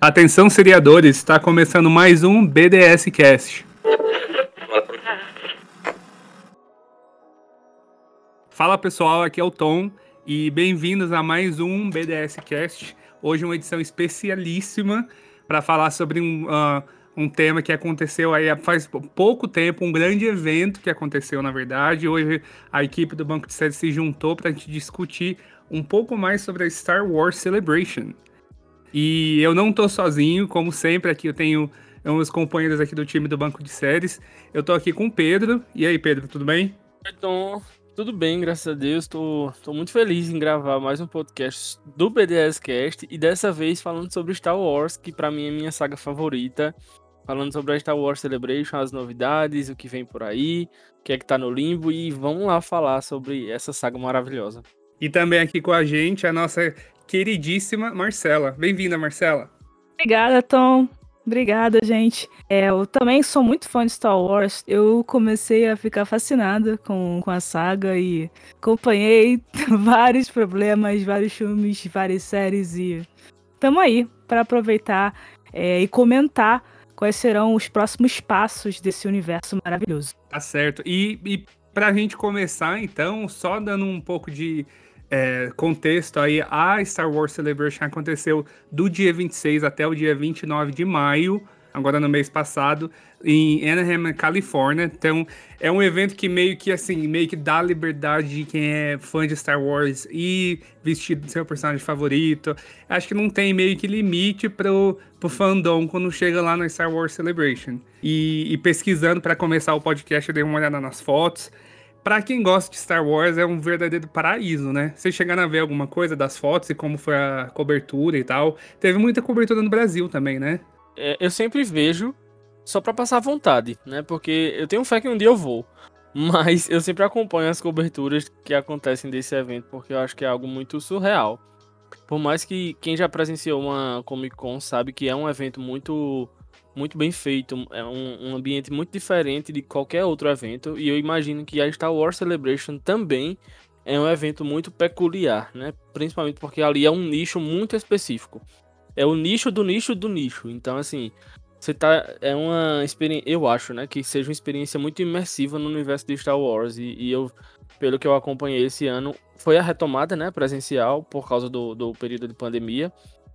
Atenção, seriadores, está começando mais um BDS Cast. Fala pessoal, aqui é o Tom e bem-vindos a mais um BDS Cast. Hoje uma edição especialíssima para falar sobre um tema que aconteceu aí faz pouco tempo, um grande evento que aconteceu na verdade. Hoje a equipe do Banco de Séries se juntou para a gente discutir um pouco mais sobre a Star Wars Celebration. E eu não tô sozinho, como sempre, aqui eu tenho meus companheiros aqui do time do Banco de Séries. Eu tô aqui com o Pedro. E aí, Pedro, tudo bem? Então, tudo bem, graças a Deus. Tô muito feliz em gravar mais um podcast do BDS Cast e dessa vez falando sobre Star Wars, que pra mim é minha saga favorita. Falando sobre a Star Wars Celebration, as novidades, o que vem por aí, o que é que tá no limbo e vamos lá falar sobre essa saga maravilhosa. E também aqui com a gente a nossa queridíssima Marcela. Bem-vinda, Marcela. Obrigada, Tom. Obrigada, gente. Eu também sou muito fã de Star Wars. Eu comecei a ficar fascinada com a saga e acompanhei vários problemas, vários filmes, várias séries e tamo aí para aproveitar e comentar quais serão os próximos passos desse universo maravilhoso. Tá certo. E pra gente começar, então, só dando um pouco de contexto aí, a Star Wars Celebration aconteceu do dia 26 até o dia 29 de maio, agora no mês passado, em Anaheim, Califórnia. Então, é um evento que meio que dá liberdade de quem é fã de Star Wars e vestir do seu personagem favorito. Acho que não tem meio que limite pro fandom quando chega lá na Star Wars Celebration. E pesquisando para começar o podcast, eu dei uma olhada nas fotos. Pra quem gosta de Star Wars, é um verdadeiro paraíso, né? Vocês chegaram a ver alguma coisa das fotos e como foi a cobertura e tal? Teve muita cobertura no Brasil também, né? Eu sempre vejo só pra passar vontade, né? Porque eu tenho fé que um dia eu vou. Mas eu sempre acompanho as coberturas que acontecem desse evento, porque eu acho que é algo muito surreal. Por mais que quem já presenciou uma Comic Con sabe que é um evento muito bem feito, é um ambiente muito diferente de qualquer outro evento, e eu imagino que a Star Wars Celebration também é um evento muito peculiar, né? Principalmente porque ali é um nicho muito específico. É o nicho do nicho do nicho. Então, assim, é uma experiência, eu acho, né, que seja uma experiência muito imersiva no universo de Star Wars, e eu, pelo que eu acompanhei esse ano, foi a retomada, né, presencial, por causa do período de pandemia.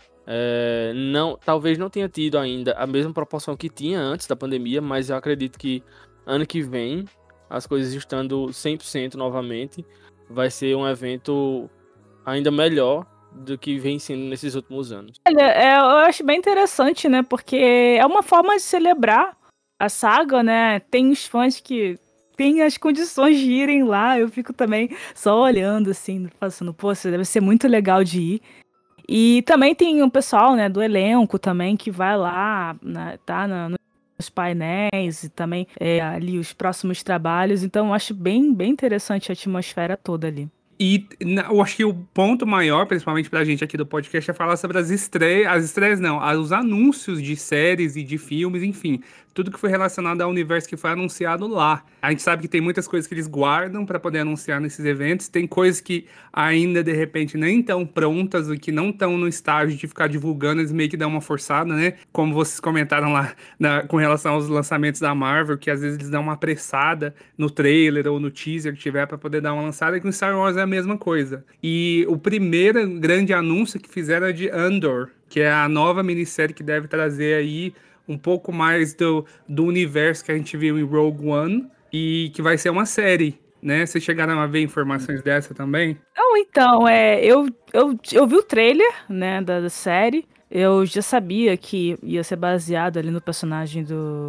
Talvez não tenha tido ainda a mesma proporção que tinha antes da pandemia, mas eu acredito que ano que vem, as coisas estando 100% novamente, vai ser um evento ainda melhor do que vem sendo nesses últimos anos. Olha, eu acho bem interessante, né? Porque é uma forma de celebrar a saga, né? Tem os fãs que têm as condições de irem lá. Eu fico também só olhando, assim, pensando, pô, isso deve ser muito legal de ir. E também tem o pessoal, né, do elenco também, que vai lá, né, tá nos painéis e também ali os próximos trabalhos. Então eu acho bem, bem interessante a atmosfera toda ali. E eu acho que o ponto maior, principalmente pra gente aqui do podcast, é falar sobre as estreias não, os anúncios de séries e de filmes, enfim, tudo que foi relacionado ao universo que foi anunciado lá. A gente sabe que tem muitas coisas que eles guardam pra poder anunciar nesses eventos, tem coisas que ainda, de repente, nem estão prontas, ou que não estão no estágio de ficar divulgando, eles meio que dão uma forçada, né? Como vocês comentaram lá com relação aos lançamentos da Marvel, que às vezes eles dão uma apressada no trailer ou no teaser que tiver pra poder dar uma lançada, e com Star Wars é a mesma coisa. E o primeiro grande anúncio que fizeram é de Andor, que é a nova minissérie que deve trazer aí um pouco mais do universo que a gente viu em Rogue One, e que vai ser uma série, né? Vocês chegaram a ver informações dessa também? Então, eu vi o trailer, né, da série. Eu já sabia que ia ser baseado ali no personagem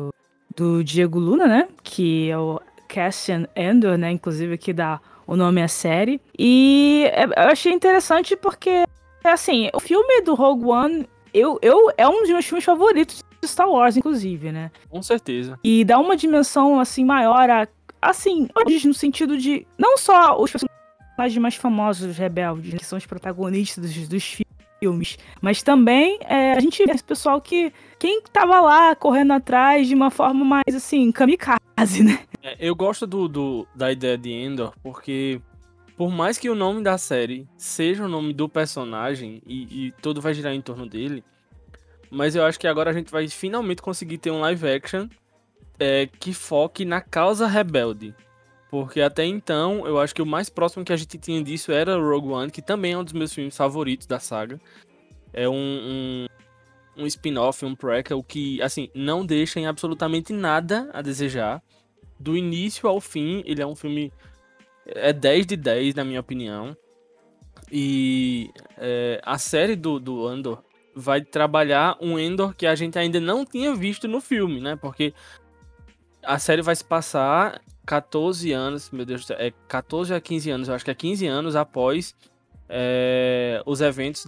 do Diego Luna, né? Que é o Cassian Andor, né? Inclusive que dá o nome à série. E eu achei interessante porque, assim, o filme do Rogue One, é um dos meus filmes favoritos de Star Wars, inclusive, né? Com certeza. E dá uma dimensão, assim, maior assim, no sentido de não só os personagens mais famosos dos rebeldes, que são os protagonistas dos filmes, mas também a gente vê esse pessoal quem tava lá correndo atrás de uma forma mais, assim, kamikaze, né? Eu gosto da ideia de Endor, porque por mais que o nome da série seja o nome do personagem e tudo vai girar em torno dele, mas eu acho que agora a gente vai finalmente conseguir ter um live action que foque na causa rebelde. Porque até então, eu acho que o mais próximo que a gente tinha disso era Rogue One, que também é um dos meus filmes favoritos da saga. É um spin-off, um prequel que, assim, não deixa em absolutamente nada a desejar. Do início ao fim, ele é um filme... É 10 de 10, na minha opinião. E a série do Andor vai trabalhar um Endor que a gente ainda não tinha visto no filme, né? Porque a série vai se passar 14 anos, meu Deus do céu, 14 a 15 anos, eu acho que é 15 anos após os eventos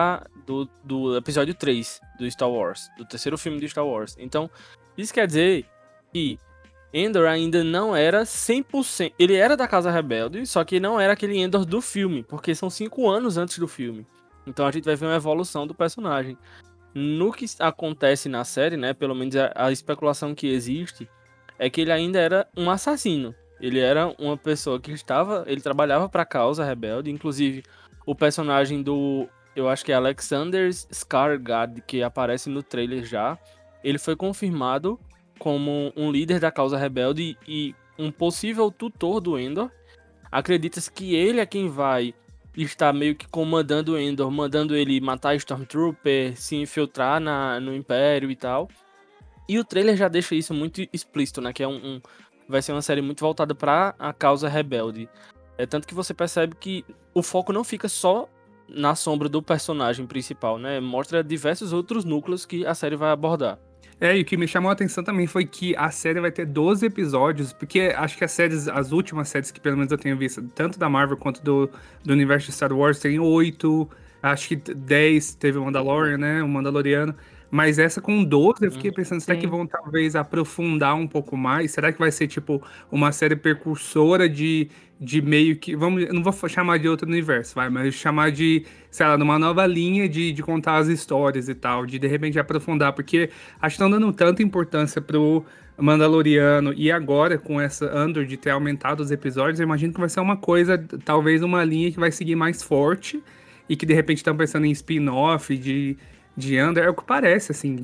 do episódio 3 do Star Wars, do terceiro filme de Star Wars. Então, isso quer dizer que Endor ainda não era 100%. Ele era da Casa Rebelde, só que não era aquele Endor do filme, porque são 5 anos antes do filme. Então a gente vai ver uma evolução do personagem. No que acontece na série, né, pelo menos a especulação que existe, é que ele ainda era um assassino. Ele era uma pessoa que ele trabalhava para a Causa Rebelde, inclusive o personagem eu acho que é Alexander Skarsgård, que aparece no trailer já, ele foi confirmado como um líder da Causa Rebelde e um possível tutor do Endor. Acredita-se que ele é quem vai estar meio que comandando o Endor, mandando ele matar Stormtrooper, se infiltrar no Império e tal. E o trailer já deixa isso muito explícito, né? Que vai ser uma série muito voltada para a Causa Rebelde. Tanto que você percebe que o foco não fica só na sombra do personagem principal, né? Mostra diversos outros núcleos que a série vai abordar. E o que me chamou a atenção também foi que a série vai ter 12 episódios, porque acho que as últimas séries que pelo menos eu tenho visto, tanto da Marvel quanto do universo de Star Wars, tem 8, acho que 10 teve o Mandalorian, né, o Mandaloriano, mas essa com 12 eu fiquei pensando, será que vão talvez aprofundar um pouco mais? Será que vai ser tipo uma série precursora de meio que, eu não vou chamar de outro universo, mas chamar de, sei lá, numa nova linha de contar as histórias e tal, de repente aprofundar, porque acho que estão dando tanta importância pro Mandaloriano e agora com essa Andor de ter aumentado os episódios, eu imagino que vai ser uma coisa, talvez uma linha que vai seguir mais forte e que de repente estão pensando em spin-off de Andor, é o que parece, assim,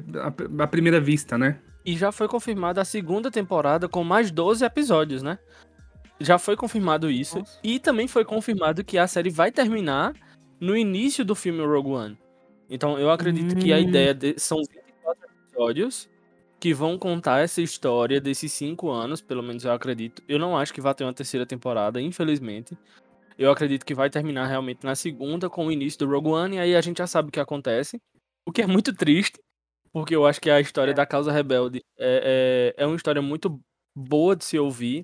à primeira vista, né? E já foi confirmada a segunda temporada com mais 12 episódios, né? Já foi confirmado isso. Nossa. E também foi confirmado que a série vai terminar no início do filme Rogue One. Então eu acredito que a ideia são 24 episódios que vão contar essa história desses 5 anos, pelo menos eu acredito. Eu não acho que vai ter uma terceira temporada, infelizmente. Eu acredito que vai terminar realmente na segunda com o início do Rogue One, e aí a gente já sabe o que acontece. O que é muito triste, porque eu acho que a história da Causa Rebelde é uma história muito boa de se ouvir.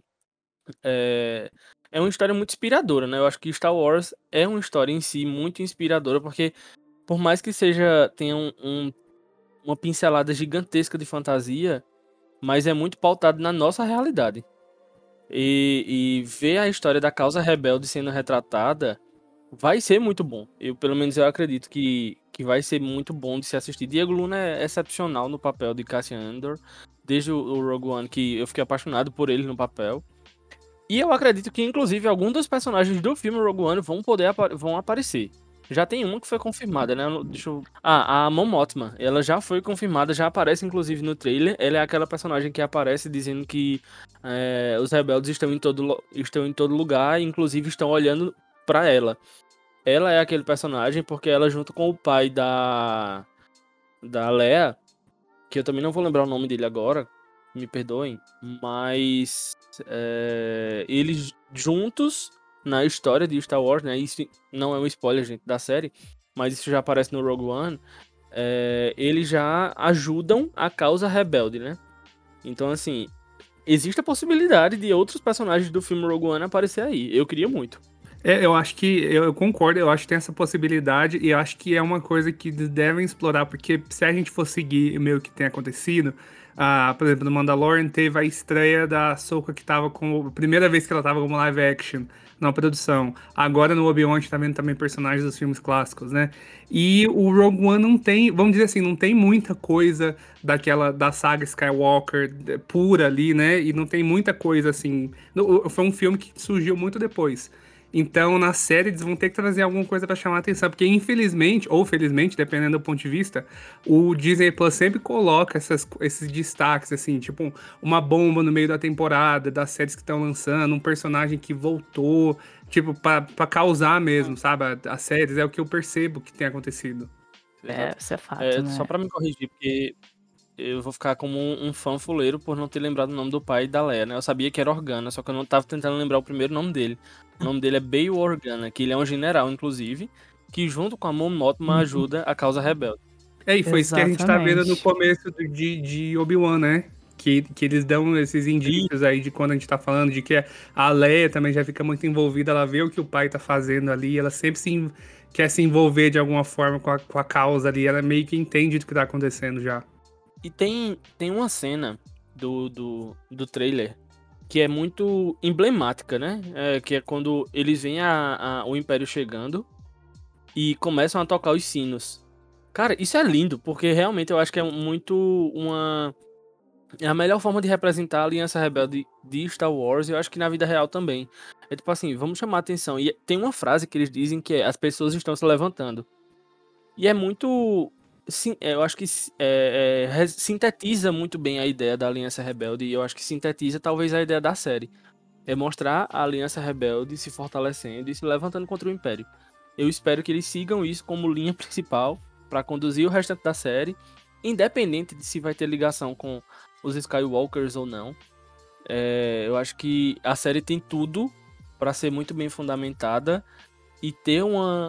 É uma história muito inspiradora, né? Eu acho que Star Wars é uma história em si muito inspiradora, porque por mais que tenha uma pincelada gigantesca de fantasia, mas é muito pautado na nossa realidade. E ver a história da Causa Rebelde sendo retratada vai ser muito bom. Pelo menos eu acredito que vai ser muito bom de se assistir. Diego Luna é excepcional no papel de Cassian Andor, desde o Rogue One, que eu fiquei apaixonado por ele no papel. E eu acredito que, inclusive, alguns dos personagens do filme Rogue One vão aparecer. Já tem uma que foi confirmada, né? A Mon Mothma. Ela já foi confirmada, já aparece, inclusive, no trailer. Ela é aquela personagem que aparece dizendo que os rebeldes estão em todo lugar, e, inclusive, estão olhando pra ela. Ela é aquele personagem porque ela, junto com o pai da Leia, que eu também não vou lembrar o nome dele agora, me perdoem, mas eles juntos na história de Star Wars, né? Isso não é um spoiler, gente, da série, mas isso já aparece no Rogue One. Eles já ajudam a Causa Rebelde, né? Então, assim, existe a possibilidade de outros personagens do filme Rogue One aparecer aí. Eu queria muito. Eu acho que, eu concordo, eu acho que tem essa possibilidade e eu acho que é uma coisa que devem explorar, porque se a gente for seguir meio que tem acontecido, por exemplo, no Mandalorian teve a estreia da Ahsoka que tava a primeira vez que ela tava como live action na produção. Agora no Obi-Wan a gente tá vendo também personagens dos filmes clássicos, né? E o Rogue One não tem, vamos dizer assim, não tem muita coisa da saga Skywalker pura ali, né? E não tem muita coisa assim. Foi um filme que surgiu muito depois. Então, na série, eles vão ter que trazer alguma coisa pra chamar a atenção. Porque, infelizmente, ou felizmente, dependendo do ponto de vista, o Disney Plus sempre coloca esses destaques, assim, tipo, uma bomba no meio da temporada, das séries que estão lançando, um personagem que voltou, tipo, pra causar mesmo, sabe? As séries, é o que eu percebo que tem acontecido. Exato. Isso é fato, né? Só pra me corrigir, porque eu vou ficar como um fã fuleiro por não ter lembrado o nome do pai da Leia, né? Eu sabia que era Organa, só que eu não tava tentando lembrar o primeiro nome dele. O nome dele é Bail Organa, que ele é um general, inclusive, que junto com a Mon Mothma ajuda a causa rebelde. E foi isso que a gente tá vendo no Exatamente. começo de Obi-Wan, né? Que eles dão esses indícios aí de quando a gente tá falando de que a Leia também já fica muito envolvida, ela vê o que o pai tá fazendo ali, ela sempre quer se envolver de alguma forma com a causa ali, ela meio que entende do que tá acontecendo já. E tem uma cena do trailer que é muito emblemática, né? Que é quando eles veem o Império chegando e começam a tocar os sinos. Cara, isso é lindo, porque realmente eu acho que é é a melhor forma de representar a Aliança Rebelde de Star Wars, e eu acho que na vida real também. É tipo assim, vamos chamar a atenção. E tem uma frase que eles dizem que é: as pessoas estão se levantando. E é muito. Sim, eu acho que sintetiza muito bem a ideia da Aliança Rebelde, e eu acho que sintetiza talvez a ideia da série. É mostrar a Aliança Rebelde se fortalecendo e se levantando contra o Império. Eu espero que eles sigam isso como linha principal para conduzir o restante da série, independente de se vai ter ligação com os Skywalkers ou não. Eu acho que a série tem tudo para ser muito bem fundamentada e ter uma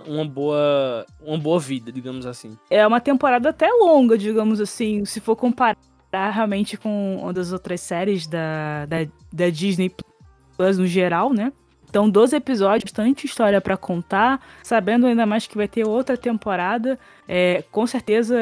boa vida, digamos assim. É uma temporada até longa, digamos assim, se for comparar realmente com uma das outras séries da Disney Plus no geral, né? Então, 12 episódios, bastante história pra contar, sabendo ainda mais que vai ter outra temporada. Com certeza,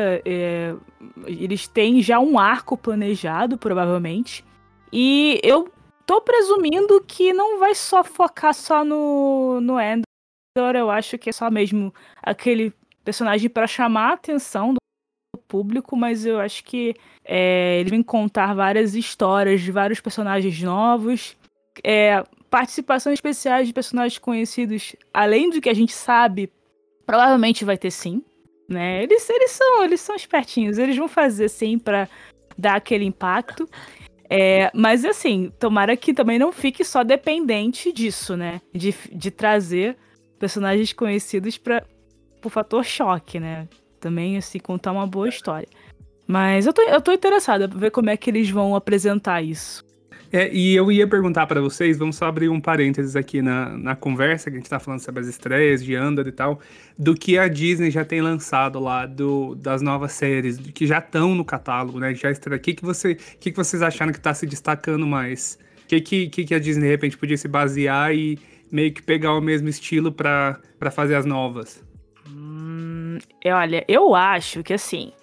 eles têm já um arco planejado, provavelmente. E eu tô presumindo que não vai só focar só no Andor. Eu acho que é só mesmo aquele personagem pra chamar a atenção do público, mas eu acho que eles vão contar várias histórias de vários personagens novos. Participações especiais de personagens conhecidos, além do que a gente sabe, provavelmente vai ter sim, né? Eles são espertinhos, eles vão fazer sim pra dar aquele impacto. Mas assim, tomara que também não fique só dependente disso, né? De trazer personagens conhecidos pro fator choque, né? Também, assim, contar uma boa história. Mas eu tô interessada pra ver como é que eles vão apresentar isso. E eu ia perguntar pra vocês, vamos só abrir um parênteses aqui na conversa, que a gente tá falando sobre as estreias de Andor e tal, do que a Disney já tem lançado lá, das novas séries, que já estão no catálogo, né? Já estreia. O que vocês acharam que tá se destacando mais? O que a Disney, de repente, podia se basear e meio que pegar o mesmo estilo pra fazer as novas? Olha, eu acho que assim.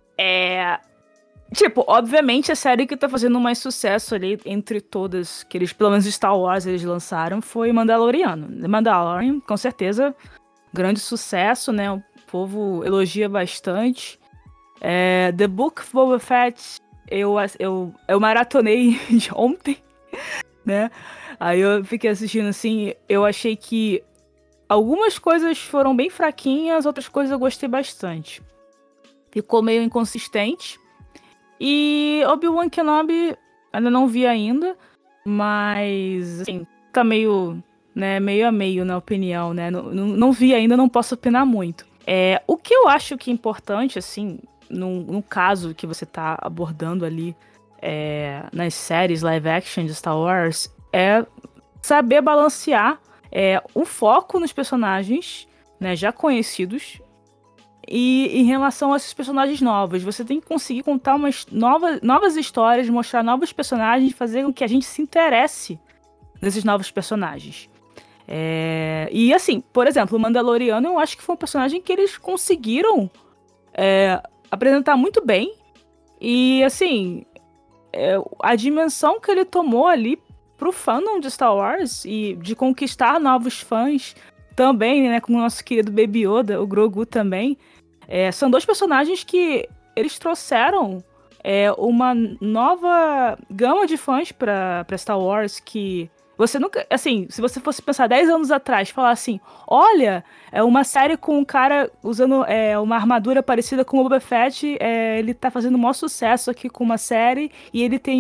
Tipo, obviamente a série que tá fazendo mais sucesso ali entre todas, que eles, pelo menos Star Wars, eles lançaram, foi Mandaloriano. The Mandalorian, com certeza, grande sucesso, né? O povo elogia bastante. The Book of Boba Fett, eu maratonei de ontem, né? Aí eu fiquei assistindo assim, eu achei que algumas coisas foram bem fraquinhas, outras coisas eu gostei bastante. Ficou meio inconsistente. E Obi-Wan Kenobi ainda não vi ainda, mas assim, tá meio a meio na opinião, né? Não vi ainda, não posso opinar muito. O que eu acho que é importante, assim, no caso que você tá abordando ali nas séries live action de Star Wars, é saber balancear o foco nos personagens, né, já conhecidos. E em relação a esses personagens novos, você tem que conseguir contar umas novas histórias, mostrar novos personagens, fazer com que a gente se interesse nesses novos personagens. E assim, por exemplo, o Mandaloriano, eu acho que foi um personagem que eles conseguiram apresentar muito bem. E assim, a dimensão que ele tomou ali pro fandom de Star Wars e de conquistar novos fãs também, né, com o nosso querido Baby Yoda, o Grogu também. São dois personagens que eles trouxeram uma nova gama de fãs pra Star Wars, que Você nunca, assim, se você fosse pensar 10 anos atrás, falar assim, olha, é uma série com um cara usando uma armadura parecida com o Boba Fett, ele tá fazendo o maior sucesso aqui com uma série, e ele tem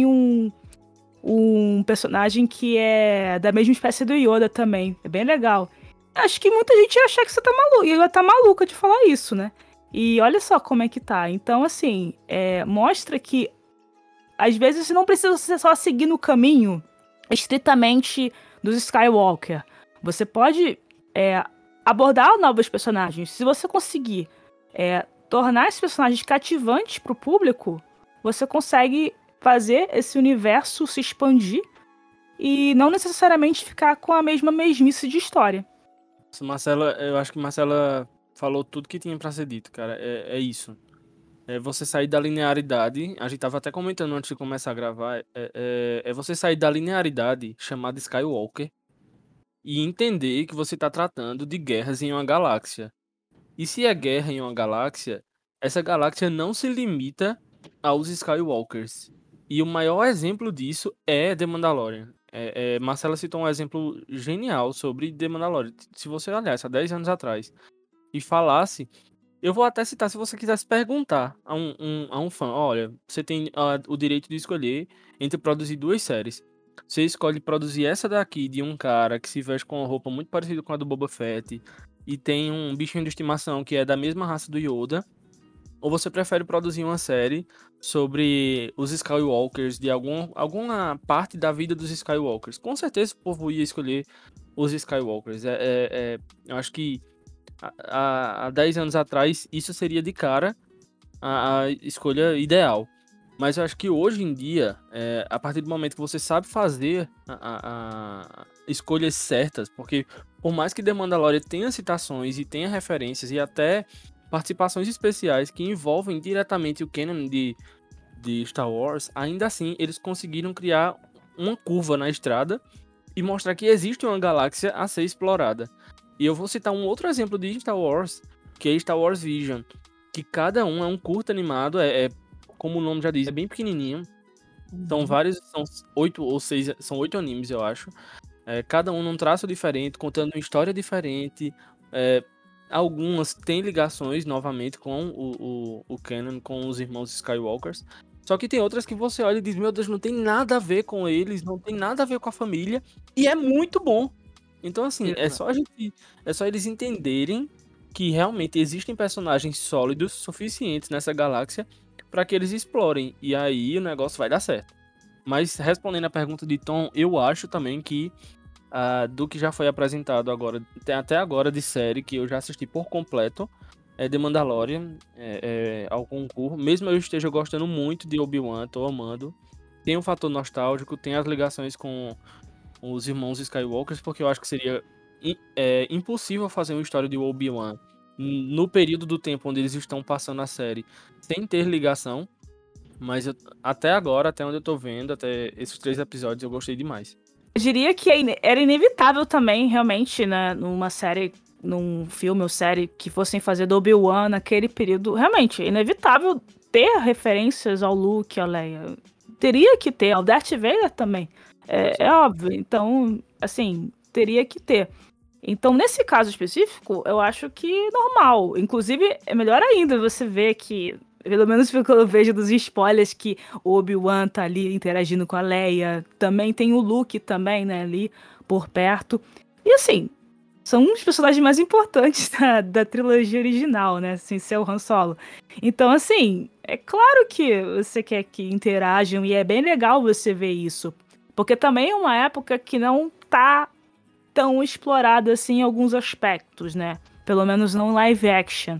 um personagem que é da mesma espécie do Yoda também. É bem legal. Acho que muita gente ia achar que você tá maluco, ia tá maluca de falar isso, né? E olha só como é que tá. Então, assim, mostra que às vezes você não precisa ser só seguir no caminho estritamente dos Skywalker. Você pode abordar novos personagens. Se você conseguir tornar esses personagens cativantes pro público, você consegue fazer esse universo se expandir e não necessariamente ficar com a mesma mesmice de história. Marcela, eu acho que Marcela falou tudo que tinha pra ser dito, cara. É isso. É você sair da linearidade. A gente tava até comentando antes de começar a gravar. É você sair da linearidade chamada Skywalker e entender que você tá tratando de guerras em uma galáxia. E se é guerra em uma galáxia, essa galáxia não se limita aos Skywalkers. E o maior exemplo disso é The Mandalorian. Marcela citou um exemplo genial sobre The Mandalorian. Se você olhasse há 10 anos atrás e falasse. Eu vou até citar se você quisesse perguntar a um fã: olha, você tem o direito de escolher entre produzir 2 séries. Você escolhe produzir essa daqui de um cara que se veste com uma roupa muito parecida com a do Boba Fett e tem um bichinho de estimação que é da mesma raça do Yoda. Ou você prefere produzir uma série sobre os Skywalkers, de alguma parte da vida dos Skywalkers? Com certeza o povo ia escolher os Skywalkers. Eu acho que há 10 anos atrás isso seria de cara a escolha ideal. Mas eu acho que hoje em dia, a partir do momento que você sabe fazer escolhas certas, porque por mais que The Mandalorian tenha citações e tenha referências e até participações especiais que envolvem diretamente o canon de Star Wars, ainda assim eles conseguiram criar uma curva na estrada e mostrar que existe uma galáxia a ser explorada. E eu vou citar um outro exemplo de Star Wars, que é Star Wars Vision, que cada um é um curto animado, como o nome já diz, é bem pequenininho. São vários, são 8 ou 6, são 8 animes, eu acho. Cada um num traço diferente, contando uma história diferente. Algumas têm ligações, novamente, com o canon, com os irmãos Skywalkers. Só que tem outras que você olha e diz, meu Deus, não tem nada a ver com eles, não tem nada a ver com a família, e é muito bom. Então, assim, é só eles entenderem que realmente existem personagens sólidos suficientes nessa galáxia para que eles explorem, e aí o negócio vai dar certo. Mas, respondendo a pergunta de Tom, eu acho também que do que já foi apresentado agora, até agora de série, que eu já assisti por completo, The Mandalorian, ao concurso. Mesmo eu esteja gostando muito de Obi-Wan, tô amando. Tem um fator nostálgico, tem as ligações com os irmãos Skywalkers, porque eu acho que seria impossível fazer uma história de Obi-Wan no período do tempo onde eles estão passando a série, sem ter ligação. Mas até agora, até onde eu tô vendo, até esses 3 episódios, eu gostei demais. Eu diria que era inevitável também, realmente, né, numa série, num filme ou série que fossem fazer do Obi-Wan naquele período. Realmente, é inevitável ter referências ao Luke, ao Leia. Teria que ter, ao Darth Vader também. É óbvio. Então, assim, teria que ter. Então, nesse caso específico, eu acho que normal. Inclusive, é melhor ainda você ver que, pelo menos pelo que eu vejo dos spoilers, que o Obi-Wan tá ali interagindo com a Leia. Também tem o Luke também, né, ali por perto. E assim, são um dos personagens mais importantes da trilogia original, né, sem ser o Han Solo. Então, assim, é claro que você quer que interajam e é bem legal você ver isso. Porque também é uma época que não tá tão explorada assim em alguns aspectos, né? Pelo menos não live action.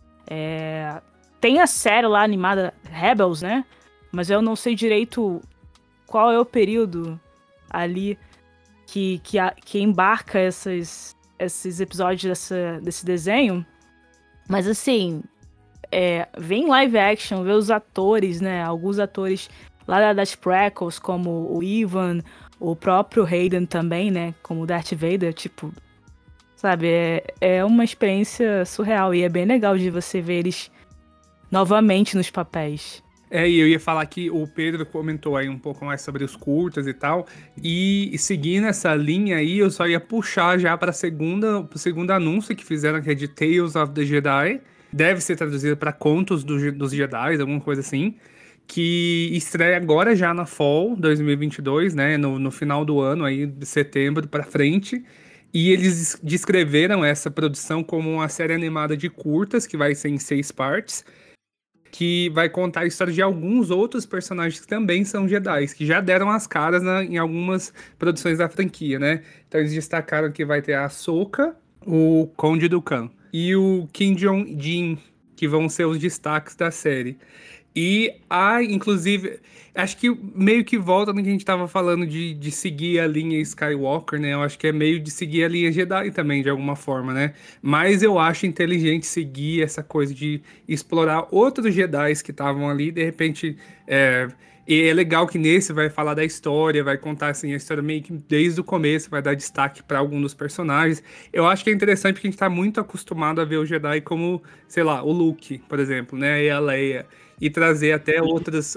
Tem a série lá animada Rebels, né? Mas eu não sei direito qual é o período ali que embarca esses episódios desse desenho. Mas assim, ver em live action, ver os atores, né? Alguns atores lá das prequels, como o Ivan, o próprio Hayden também, né? Como o Darth Vader, tipo... Sabe, é uma experiência surreal. E é bem legal de você ver eles novamente nos papéis. E eu ia falar que o Pedro comentou aí um pouco mais sobre os curtas e tal, e seguindo essa linha aí, eu só ia puxar já para pro segundo anúncio que fizeram, que é de Tales of the Jedi, deve ser traduzido para Contos dos Jedi, alguma coisa assim, que estreia agora já na Fall 2022, né, no final do ano, aí de setembro para frente, e eles descreveram essa produção como uma série animada de curtas, que vai ser em 6 partes, que vai contar a história de alguns outros personagens que também são Jedi, que já deram as caras em algumas produções da franquia, né? Então eles destacaram que vai ter a Ahsoka, o Conde Dooku e o Kim Jong-un, que vão ser os destaques da série. E inclusive, acho que meio que volta no que a gente tava falando de seguir a linha Skywalker, né? Eu acho que é meio de seguir a linha Jedi também, de alguma forma, né? Mas eu acho inteligente seguir essa coisa de explorar outros Jedis que estavam ali, de repente. E é legal que nesse vai falar da história, vai contar assim, a história meio que desde o começo, vai dar destaque para algum dos personagens. Eu acho que é interessante porque a gente tá muito acostumado a ver o Jedi como, sei lá, o Luke, por exemplo, né? E a Leia. E trazer até outros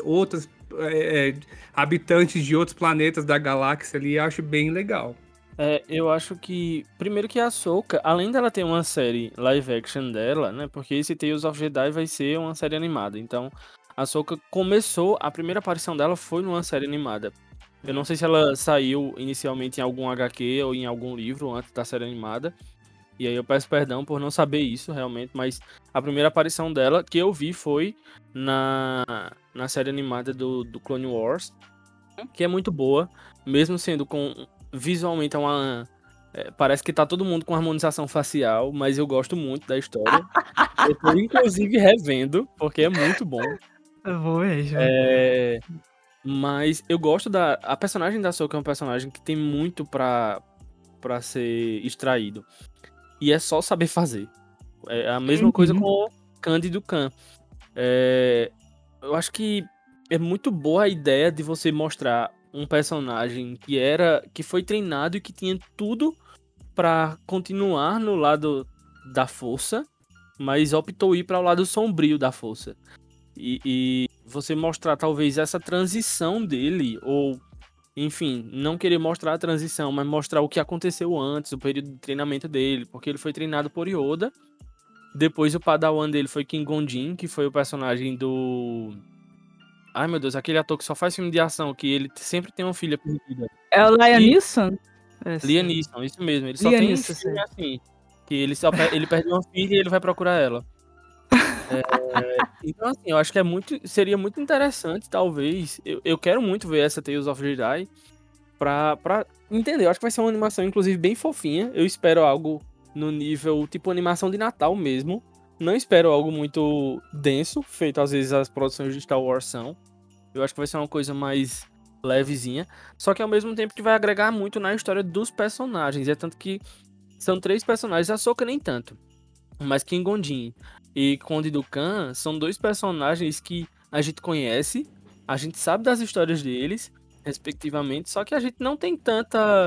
habitantes de outros planetas da galáxia ali, eu acho bem legal. Eu acho que, primeiro que a Ahsoka, além dela ter uma série live action dela, né, porque esse Tales of Jedi vai ser uma série animada, então a Ahsoka começou, a primeira aparição dela foi numa série animada. Eu não sei se ela saiu inicialmente em algum HQ ou em algum livro antes da série animada, e aí eu peço perdão por não saber isso realmente, mas a primeira aparição dela que eu vi foi na série animada do Clone Wars, que é muito boa, mesmo sendo visualmente parece que tá todo mundo com harmonização facial, mas eu gosto muito da história. Eu tô inclusive revendo, porque é muito bom. Eu vou mesmo. Mas eu gosto a personagem da Ahsoka é um personagem que tem muito pra ser extraído. E é só saber fazer. É a mesma coisa com o Cândido Khan. Eu acho que é muito boa a ideia de você mostrar um personagem que foi treinado e que tinha tudo pra continuar no lado da força, mas optou ir para o lado sombrio da força. E você mostrar talvez essa transição dele, ou enfim, não querer mostrar a transição, mas mostrar o que aconteceu antes, o período de treinamento dele, porque ele foi treinado por Yoda. Depois o padawan dele foi Qui-Gon Jinn, que foi o personagem do... Ai, meu Deus, aquele ator que só faz filme de ação, que ele sempre tem uma filha perdida. É o Liam Neeson? Liam Neeson, isso mesmo. Ele só tem esse filme assim, que ele perde uma filha e ele vai procurar ela. Então, assim, eu acho que seria muito interessante, talvez. Eu quero muito ver essa Tales of Jedi pra entender. Eu acho que vai ser uma animação, inclusive, bem fofinha. Eu espero algo no nível, tipo, animação de Natal mesmo. Não espero algo muito denso, feito às vezes as produções de Star Wars são. Eu acho que vai ser uma coisa mais levezinha. Só que ao mesmo tempo que vai agregar muito na história dos personagens. É tanto que são 3 personagens, a Ahsoka nem tanto. Mas Qui-Gon Jinn e Conde Dooku são 2 personagens que a gente conhece, a gente sabe das histórias deles, respectivamente, só que a gente não tem tanta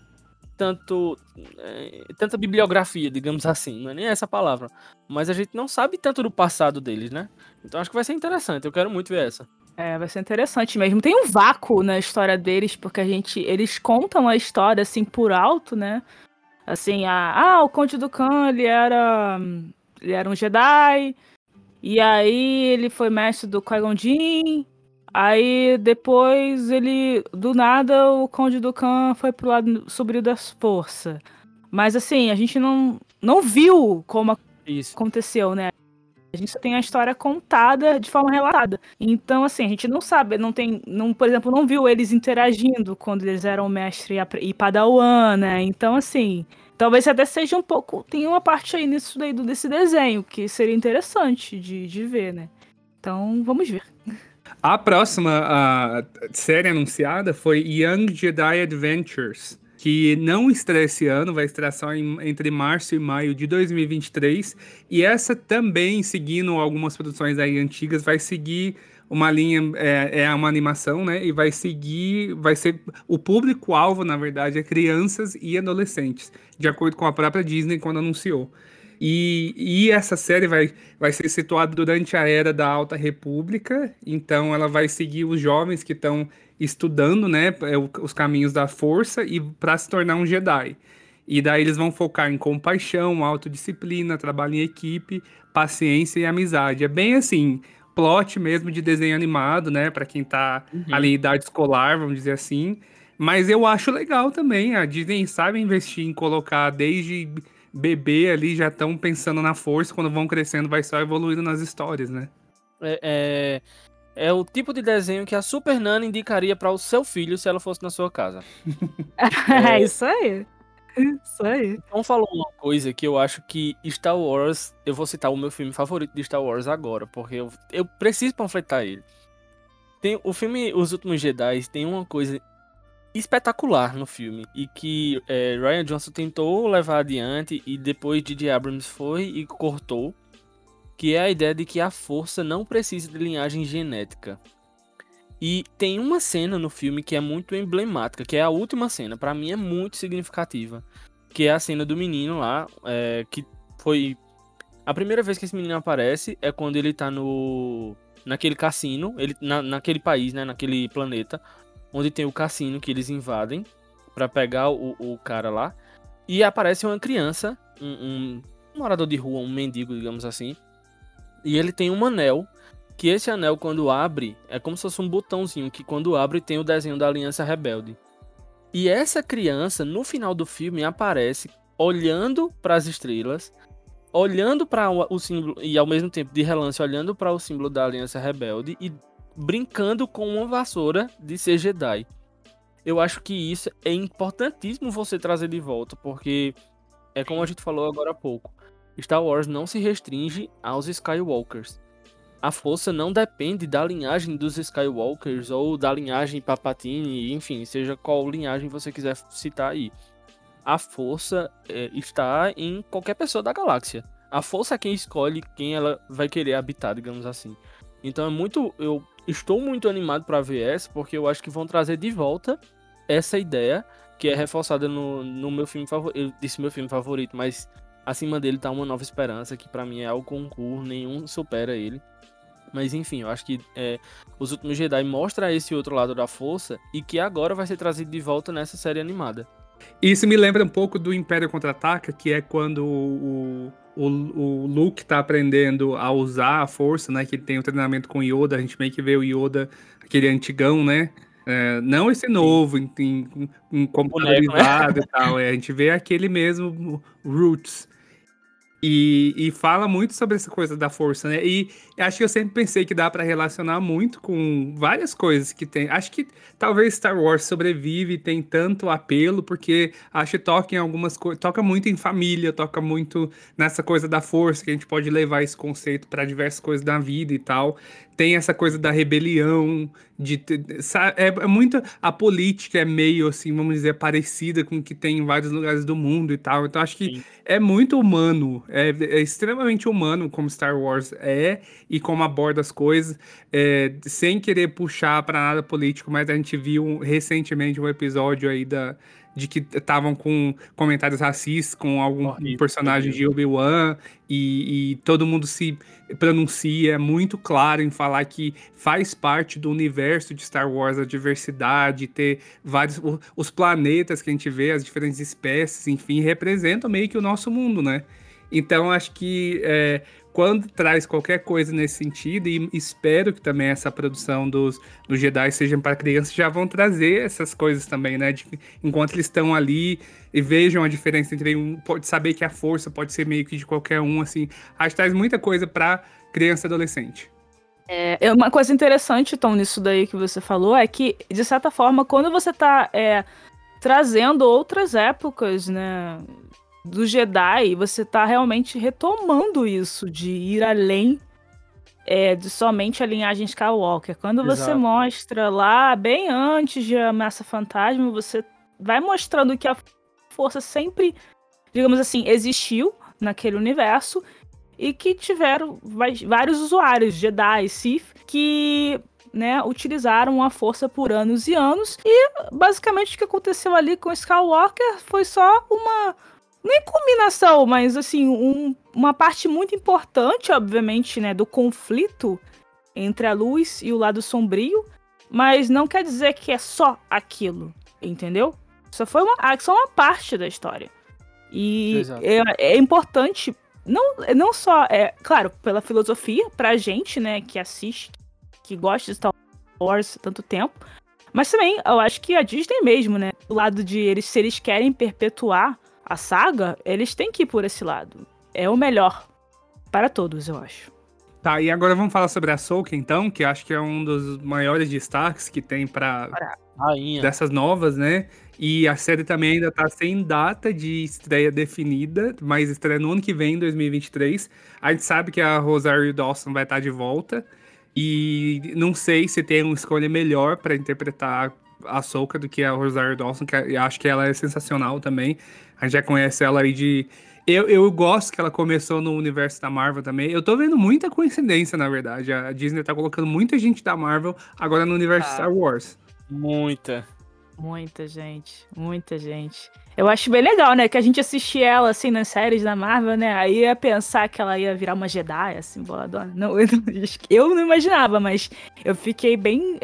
bibliografia, digamos assim, não é nem essa palavra, mas a gente não sabe tanto do passado deles, né? Então acho que vai ser interessante, eu quero muito ver essa. Vai ser interessante mesmo. Tem um vácuo na história deles, porque eles contam a história assim por alto, né? Assim, o Conde Dooku, ele era um Jedi, e aí ele foi mestre do Qui-Gon Jinn, aí depois do nada, o Conde Dooku foi pro lado sombrio da força. Mas assim, a gente não viu como aconteceu, né? A gente só tem a história contada de forma relatada. Então, assim, a gente não sabe, por exemplo, não viu eles interagindo quando eles eram mestre e padawan, né? Então, assim, talvez até seja um pouco... Tem uma parte aí nisso daí desse desenho que seria interessante de ver, né? Então, vamos ver. A próxima série anunciada foi Young Jedi Adventures, que não estreia esse ano, vai estrear só entre março e maio de 2023. E essa também, seguindo algumas produções aí antigas, vai seguir uma linha, uma animação, né? E vai ser o público-alvo, na verdade, é crianças e adolescentes, de acordo com a própria Disney quando anunciou. E essa série vai ser situada durante a Era da Alta República, então ela vai seguir os jovens que estão estudando, né, os caminhos da força e para se tornar um Jedi. E daí eles vão focar em compaixão, autodisciplina, trabalho em equipe, paciência e amizade. É bem assim, plot mesmo de desenho animado, né, para quem tá ali em idade escolar, vamos dizer assim. Mas eu acho legal também, a Disney sabe investir em colocar desde bebê ali, já estão pensando na força, quando vão crescendo vai só evoluindo nas histórias, né? É o tipo de desenho que a Super Nana indicaria para o seu filho se ela fosse na sua casa. É isso aí. Isso aí. Então falou uma coisa que eu acho que Star Wars, eu vou citar o meu filme favorito de Star Wars agora, porque eu preciso panfletar ele. Tem o filme Os Últimos Jedi tem uma coisa espetacular no filme e que Rian Johnson tentou levar adiante e depois J.J. Abrams foi e cortou, que é a ideia de que a força não precisa de linhagem genética. E tem uma cena no filme que é muito emblemática, que é a última cena, pra mim é muito significativa, que é a cena do menino lá, que foi a primeira vez que esse menino aparece é quando ele tá naquele cassino, naquele país, né, naquele planeta, onde tem o cassino que eles invadem pra pegar o cara lá, e aparece uma criança, um morador de rua, um mendigo, digamos assim, e ele tem um anel, que esse anel, quando abre, é como se fosse um botãozinho, que quando abre tem o desenho da Aliança Rebelde. E essa criança, no final do filme, aparece olhando para as estrelas, olhando para o símbolo, e ao mesmo tempo, de relance, olhando para o símbolo da Aliança Rebelde e brincando com uma vassoura de ser Jedi. Eu acho que isso é importantíssimo você trazer de volta, porque é como a gente falou agora há pouco. Star Wars não se restringe aos Skywalkers. A força não depende da linhagem dos Skywalkers ou da linhagem Palpatine, enfim, seja qual linhagem você quiser citar aí. A força está em qualquer pessoa da galáxia. A força é quem escolhe quem ela vai querer habitar, digamos assim. Então eu estou muito animado para ver essa, porque eu acho que vão trazer de volta essa ideia que é reforçada no meu filme favorito. Eu disse meu filme favorito, mas acima dele tá Uma Nova Esperança, que pra mim é algo concurso, nenhum supera ele. Mas enfim, eu acho que Os Últimos Jedi mostra esse outro lado da força e que agora vai ser trazido de volta nessa série animada. Isso me lembra um pouco do Império Contra-Ataca, que é quando o Luke tá aprendendo a usar a força, né? Que ele tem um treinamento com o Yoda, a gente meio que vê o Yoda, aquele antigão, né? Não esse novo, em computadorizado, Boneco, né? e tal. A gente vê aquele mesmo, Roots. E fala muito sobre essa coisa da força, né? E acho que eu sempre pensei que dá pra relacionar muito com várias coisas que tem. Acho que talvez Star Wars sobrevive e tem tanto apelo, porque acho que toca em algumas coisas, toca muito em família, toca muito nessa coisa da força, que a gente pode levar esse conceito pra diversas coisas da vida e tal. Tem essa coisa da rebelião, muito. A política é meio assim, vamos dizer, parecida com o que tem em vários lugares do mundo e tal. Então acho que Sim. é muito humano, é extremamente humano como Star Wars e como aborda as coisas, sem querer puxar para nada político, mas a gente viu recentemente um episódio aí de que estavam com comentários racistas com algum Horrível, personagem de Obi-Wan e todo mundo se pronuncia, é muito claro em falar que faz parte do universo de Star Wars a diversidade, ter vários os planetas que a gente vê, as diferentes espécies, enfim, representam meio que o nosso mundo, né? Então acho que quando traz qualquer coisa nesse sentido, e espero que também essa produção dos Jedi seja para crianças, já vão trazer essas coisas também, né? Enquanto eles estão ali e vejam a diferença entre pode saber que a força pode ser meio que de qualquer um, assim. Acho que traz muita coisa para criança e adolescente. Uma coisa interessante, Tom, nisso daí que você falou, é que, de certa forma, quando você tá trazendo outras épocas, né, do Jedi, você tá realmente retomando isso, de ir além de somente a linhagem Skywalker. Quando você Exato. mostra lá, bem antes de Ameaça Fantasma, você vai mostrando que a força sempre, digamos assim, existiu naquele universo e que tiveram vários usuários, Jedi, Sith, que, né, utilizaram a força por anos e anos, e basicamente o que aconteceu ali com Skywalker foi só uma nem combinação, mas assim, uma parte muito importante, obviamente, né, do conflito entre a luz e o lado sombrio, mas não quer dizer que é só aquilo, entendeu? Só uma parte da história. E Exato. é importante, não só, claro, pela filosofia, pra gente, né, que assiste, que gosta de Star Wars há tanto tempo, mas também, eu acho que a Disney mesmo, né, do lado de eles, se eles querem perpetuar a saga, eles têm que ir por esse lado. É o melhor para todos, eu acho. Tá, e agora vamos falar sobre a Ahsoka, então, que eu acho que é um dos maiores destaques que tem pra Rainha. dessas novas, né? E a série também ainda tá sem data de estreia definida, mas estreia no ano que vem, 2023. A gente sabe que a Rosario Dawson vai estar de volta. E não sei se tem uma escolha melhor pra interpretar a Ahsoka do que a Rosario Dawson, que eu acho que ela é sensacional também. A gente já conhece ela aí de. Eu gosto que ela começou no universo da Marvel também. Eu tô vendo muita coincidência, na verdade. A Disney tá colocando muita gente da Marvel agora no universo Star Wars. Muita. Muita gente, muita gente. Eu acho bem legal, né? Que a gente assistia ela, assim, nas séries da Marvel, né? Aí ia pensar que ela ia virar uma Jedi, assim, boladona. Não, eu não imaginava, mas eu fiquei bem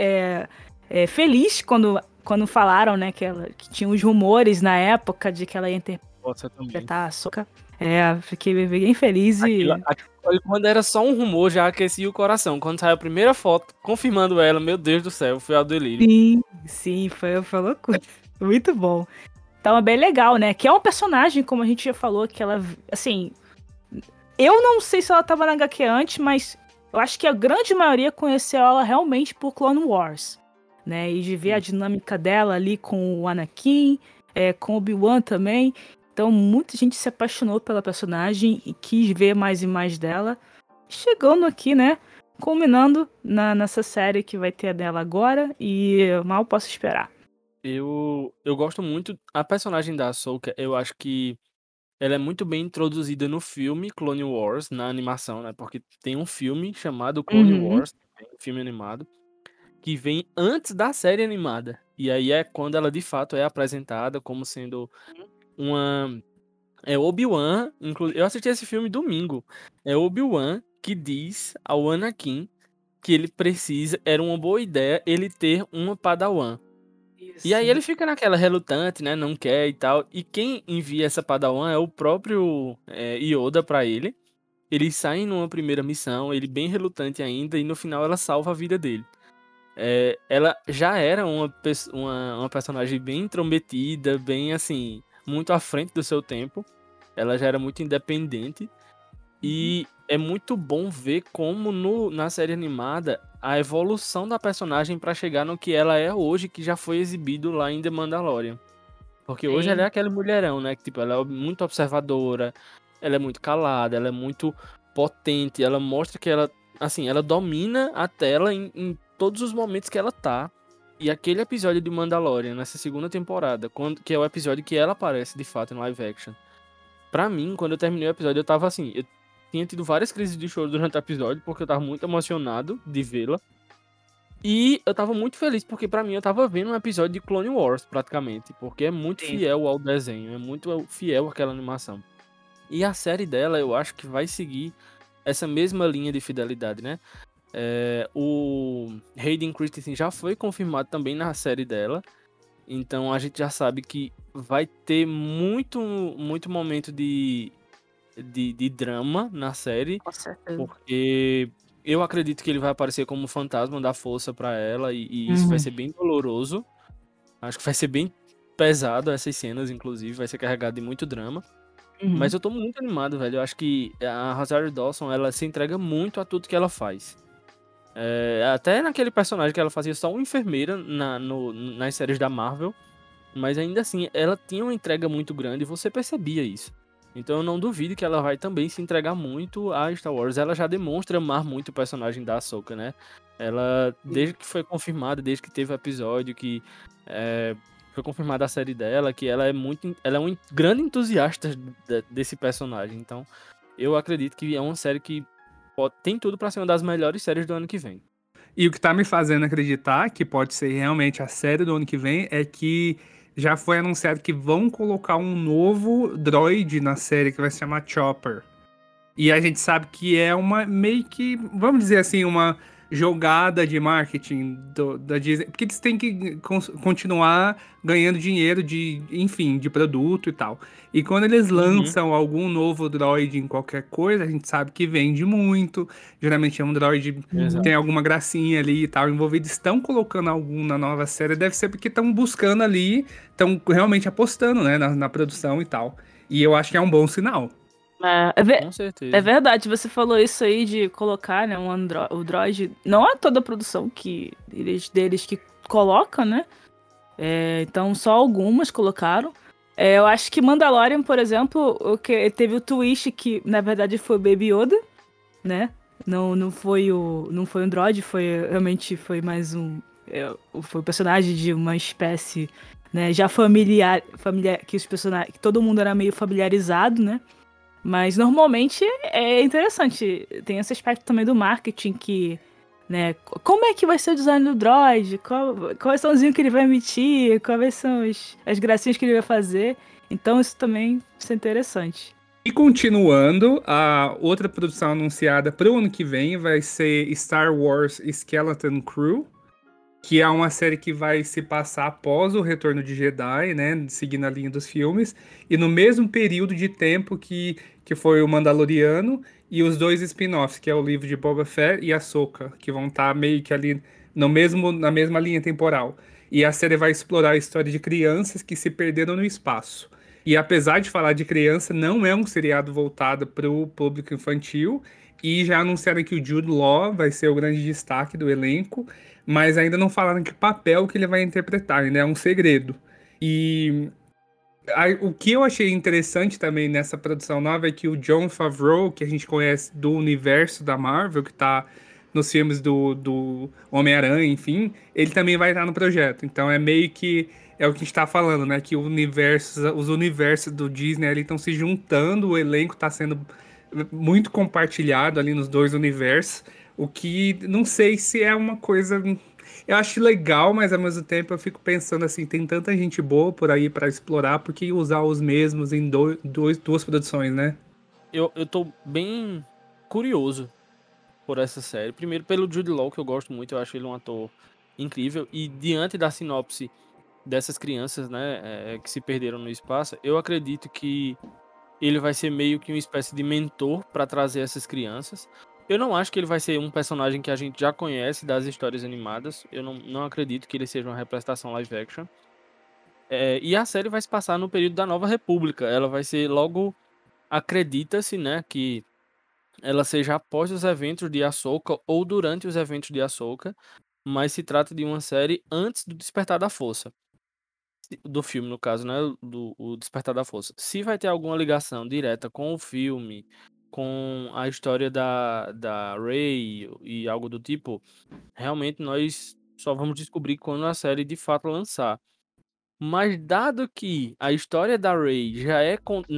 feliz quando falaram, né? Que tinha os rumores na época de que ela ia Nossa, também. interpretar a Ahsoka. Fiquei bem feliz e... Quando era só um rumor, já aquecia o coração. Quando saiu a primeira foto confirmando ela, meu Deus do céu, foi ao delírio. Sim, foi loucura. Muito bom. Então é bem legal, né? Que é um personagem, como a gente já falou, que ela, assim... Eu não sei se ela tava na HQ antes, mas eu acho que a grande maioria conheceu ela realmente por Clone Wars, né? E de ver a dinâmica dela ali com o Anakin, com o Obi-Wan também. Então muita gente se apaixonou pela personagem e quis ver mais e mais dela. Chegando aqui, né? Culminando nessa série que vai ter dela agora e eu mal posso esperar. Eu gosto muito. A personagem da Ahsoka, eu acho que ela é muito bem introduzida no filme Clone Wars, na animação, né? Porque tem um filme chamado Clone Uhum. Wars, um filme animado, que vem antes da série animada. E aí é quando ela de fato é apresentada como sendo uma. É Obi-Wan, eu assisti esse filme domingo. É Obi-Wan que diz ao Anakin que ele precisa, era uma boa ideia ele ter uma Padawan. E aí ele fica naquela relutante, né? Não quer e tal. E quem envia essa Padawan é o próprio Yoda pra ele. Eles saem numa primeira missão, ele bem relutante ainda, e no final ela salva a vida dele. Ela já era uma personagem bem intrometida, bem assim, muito à frente do seu tempo. Ela já era muito independente. E é muito bom ver como na série animada a evolução da personagem pra chegar no que ela é hoje, que já foi exibido lá em The Mandalorian. Porque hoje ela é aquele mulherão, né? Que tipo, ela é muito observadora, ela é muito calada, ela é muito potente, ela mostra que ela, assim, ela domina a tela em todos os momentos que ela tá. E aquele episódio de Mandalorian, nessa segunda temporada, que é o episódio que ela aparece de fato em live action. Pra mim, quando eu terminei o episódio, eu tava assim, eu tinha tido várias crises de choro durante o episódio, porque eu tava muito emocionado de vê-la. E eu tava muito feliz, porque pra mim eu tava vendo um episódio de Clone Wars, praticamente. Porque é muito fiel ao desenho, é muito fiel àquela animação. E a série dela, eu acho que vai seguir essa mesma linha de fidelidade, né? O Hayden Christensen já foi confirmado também na série dela. Então a gente já sabe que vai ter muito momento de drama na série. Com certeza. Porque eu acredito que ele vai aparecer como um fantasma, dar força pra ela, e isso vai ser bem doloroso. Acho que vai ser bem pesado essas cenas, inclusive, vai ser carregado de muito drama. Mas eu tô muito animado, velho. Eu acho que a Rosario Dawson, ela se entrega muito a tudo que ela faz. Até naquele personagem que ela fazia só uma enfermeira nas séries da Marvel. Mas ainda assim, ela tinha uma entrega muito grande e você percebia isso. Então eu não duvido que ela vai também se entregar muito a Star Wars. Ela já demonstra amar muito o personagem da Ahsoka, né? Ela, desde que foi confirmada, desde que teve o episódio, que foi confirmada a série dela, que ela é um grande entusiasta desse personagem. Então eu acredito que é uma série que tem tudo pra ser uma das melhores séries do ano que vem. E o que tá me fazendo acreditar que pode ser realmente a série do ano que vem é que já foi anunciado que vão colocar um novo droid na série que vai se chamar Chopper. E a gente sabe que é uma meio que, vamos dizer assim, uma jogada de marketing da Disney, porque eles têm que continuar ganhando dinheiro enfim, de produto e tal. E quando eles lançam algum novo droid em qualquer coisa, a gente sabe que vende muito. Geralmente é um droid que tem alguma gracinha ali e tal envolvido. Estão colocando algum na nova série, deve ser porque estão buscando ali, estão realmente apostando, né, na produção e tal. E eu acho que é um bom sinal. Com certeza. É verdade, você falou isso aí de colocar, né, o droid. Não é toda a produção deles que coloca, né? Então só algumas colocaram. Eu acho que Mandalorian, por exemplo, teve o twist que na verdade foi o Baby Yoda, né? Não foi um droid, realmente foi mais foi um personagem de uma espécie, né, já familiar que os personagens, que todo mundo era meio familiarizado, né? Mas normalmente é interessante. Tem esse aspecto também do marketing que, né, como é que vai ser o design do droid? Qual sonzinho que ele vai emitir? Quais são as gracinhas que ele vai fazer? Então isso também é interessante. E continuando, a outra produção anunciada para o ano que vem vai ser Star Wars Skeleton Crew, que é uma série que vai se passar após o Retorno de Jedi, né, seguindo a linha dos filmes, e no mesmo período de tempo que foi o Mandaloriano e os dois spin-offs, que é o livro de Boba Fett e Ahsoka, que vão estar meio que ali na mesma linha temporal. E a série vai explorar a história de crianças que se perderam no espaço. E apesar de falar de criança, não é um seriado voltado para o público infantil, e já anunciaram que o Jude Law vai ser o grande destaque do elenco, mas ainda não falaram que papel que ele vai interpretar, ainda é um segredo. E o que eu achei interessante também nessa produção nova é que o Jon Favreau, que a gente conhece do universo da Marvel, que tá nos filmes do Homem-Aranha, enfim, ele também vai estar no projeto. Então é meio que é o que a gente tá falando, né? Que os universos do Disney ali estão se juntando, o elenco tá sendo muito compartilhado ali nos dois universos, o que não sei se é uma coisa. Eu acho legal, mas ao mesmo tempo eu fico pensando assim, tem tanta gente boa por aí pra explorar, por que usar os mesmos em duas produções, né? Eu tô bem curioso por essa série. Primeiro pelo Jude Law, que eu gosto muito, eu acho ele um ator incrível. E diante da sinopse dessas crianças, né, que se perderam no espaço, eu acredito que ele vai ser meio que uma espécie de mentor pra trazer essas crianças. Eu não acho que ele vai ser um personagem que a gente já conhece das histórias animadas. Eu não acredito que ele seja uma representação live action. E a série vai se passar no período da Nova República. Ela vai ser logo... Acredita-se, né, que ela seja após os eventos de Ahsoka ou durante os eventos de Ahsoka. Mas se trata de uma série antes do Despertar da Força. Do filme, no caso, né, o Despertar da Força. Se vai ter alguma ligação direta com o filme, com a história da Rey e algo do tipo, realmente nós só vamos descobrir quando a série de fato lançar. Mas dado que a história da Rey já é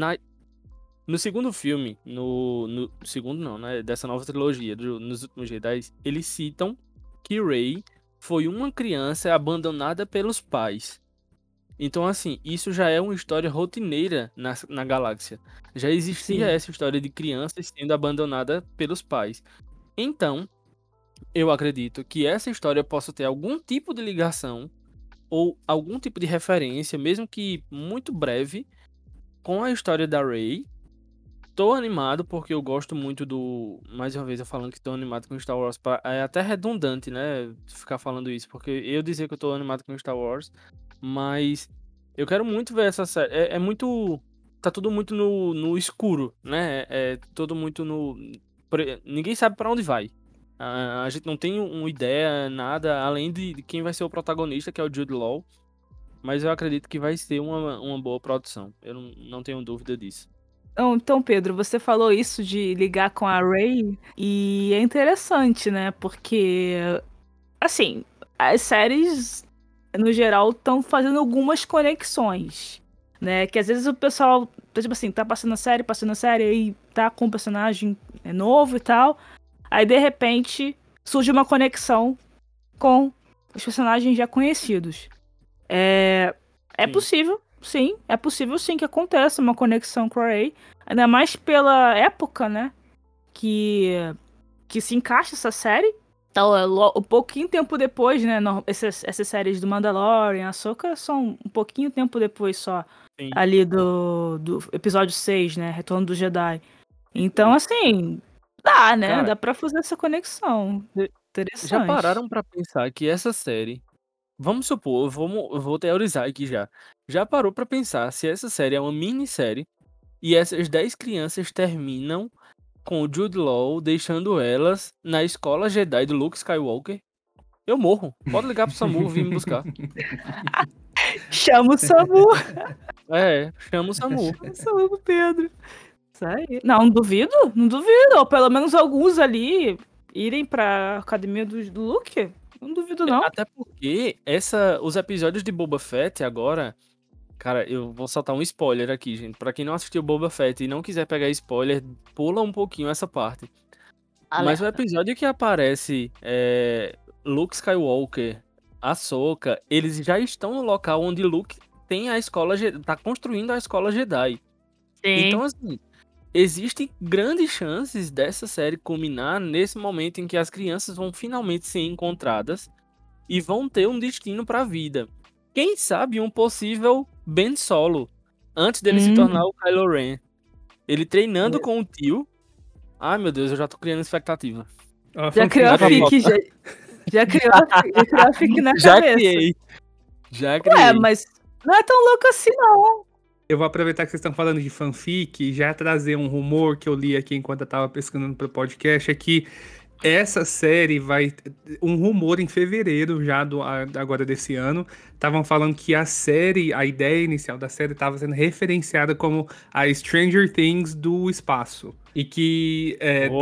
no segundo filme, no segundo não, né, dessa nova trilogia, nos últimos Jedi, eles citam que Rey foi uma criança abandonada pelos pais. Então, assim, isso já é uma história rotineira na galáxia. Já existia essa história de crianças sendo abandonada pelos pais. Então, eu acredito que essa história possa ter algum tipo de ligação ou algum tipo de referência, mesmo que muito breve, com a história da Rey. Tô animado porque eu gosto muito mais uma vez eu falando que tô animado com Star Wars. É até redundante, né, ficar falando isso, porque eu dizer que eu tô animado com Star Wars, mas eu quero muito ver essa série. É muito... Tá tudo muito no escuro, né? Tudo muito no... Ninguém sabe pra onde vai. A gente não tem uma ideia, nada, além de quem vai ser o protagonista, que é o Jude Law. Mas eu acredito que vai ser uma boa produção. Eu não tenho dúvida disso. Então, Pedro, você falou isso de ligar com a Rey e é interessante, né? Porque, assim, as séries, no geral, estão fazendo algumas conexões, né? Que às vezes o pessoal, tipo assim, tá passando a série, aí tá com um personagem novo e tal. Aí, de repente, surge uma conexão com os personagens já conhecidos. É Sim. possível, sim. É possível sim que aconteça uma conexão com a Rey. Ainda mais pela época, né? Que se encaixa essa série. Então, um pouquinho tempo depois, né? Essas séries do Mandalorian, Ahsoka são um pouquinho tempo depois só. Sim. Ali do episódio 6, né? Retorno do Jedi. Então, assim, dá, né? Cara, Dá pra fazer essa conexão. já Interessante. pararam pra pensar que essa série. Vamos supor, eu vou teorizar aqui já. Já parou pra pensar se essa série é uma minissérie e essas 10 crianças terminam com o Jude Law deixando elas na escola Jedi do Luke Skywalker? Eu morro. Pode ligar pro SAMU vir me buscar. Chama o Samu. Chama o SAMU. Chama o Samu, Pedro. Isso aí. Não duvido, não duvido. Ou pelo menos alguns ali irem pra academia do Luke. Não duvido, não. Até porque os episódios de Boba Fett agora. Cara, eu vou soltar um spoiler aqui, gente. Pra quem não assistiu Boba Fett e não quiser pegar spoiler, pula um pouquinho essa parte. Mas o episódio que aparece Luke Skywalker, Ahsoka, eles já estão no local onde Luke tem a escola, tá construindo a escola Jedi. Sim. Então, assim, existem grandes chances dessa série culminar nesse momento em que as crianças vão finalmente ser encontradas e vão ter um destino pra vida. Quem sabe um possível Ben Solo, antes dele se tornar o Kylo Ren. Ele treinando com o tio. Ai, meu Deus, eu já tô criando expectativa. Já criou a fic, já criou a fic na cabeça. Já criei. Ué, mas não é tão louco assim, não. Eu vou aproveitar que vocês estão falando de fanfic e já trazer um rumor que eu li aqui enquanto eu tava pesquisando pro podcast, é que essa série vai... Um rumor em fevereiro já agora desse ano, estavam falando que a série, a ideia inicial da série estava sendo referenciada como a Stranger Things do espaço. E que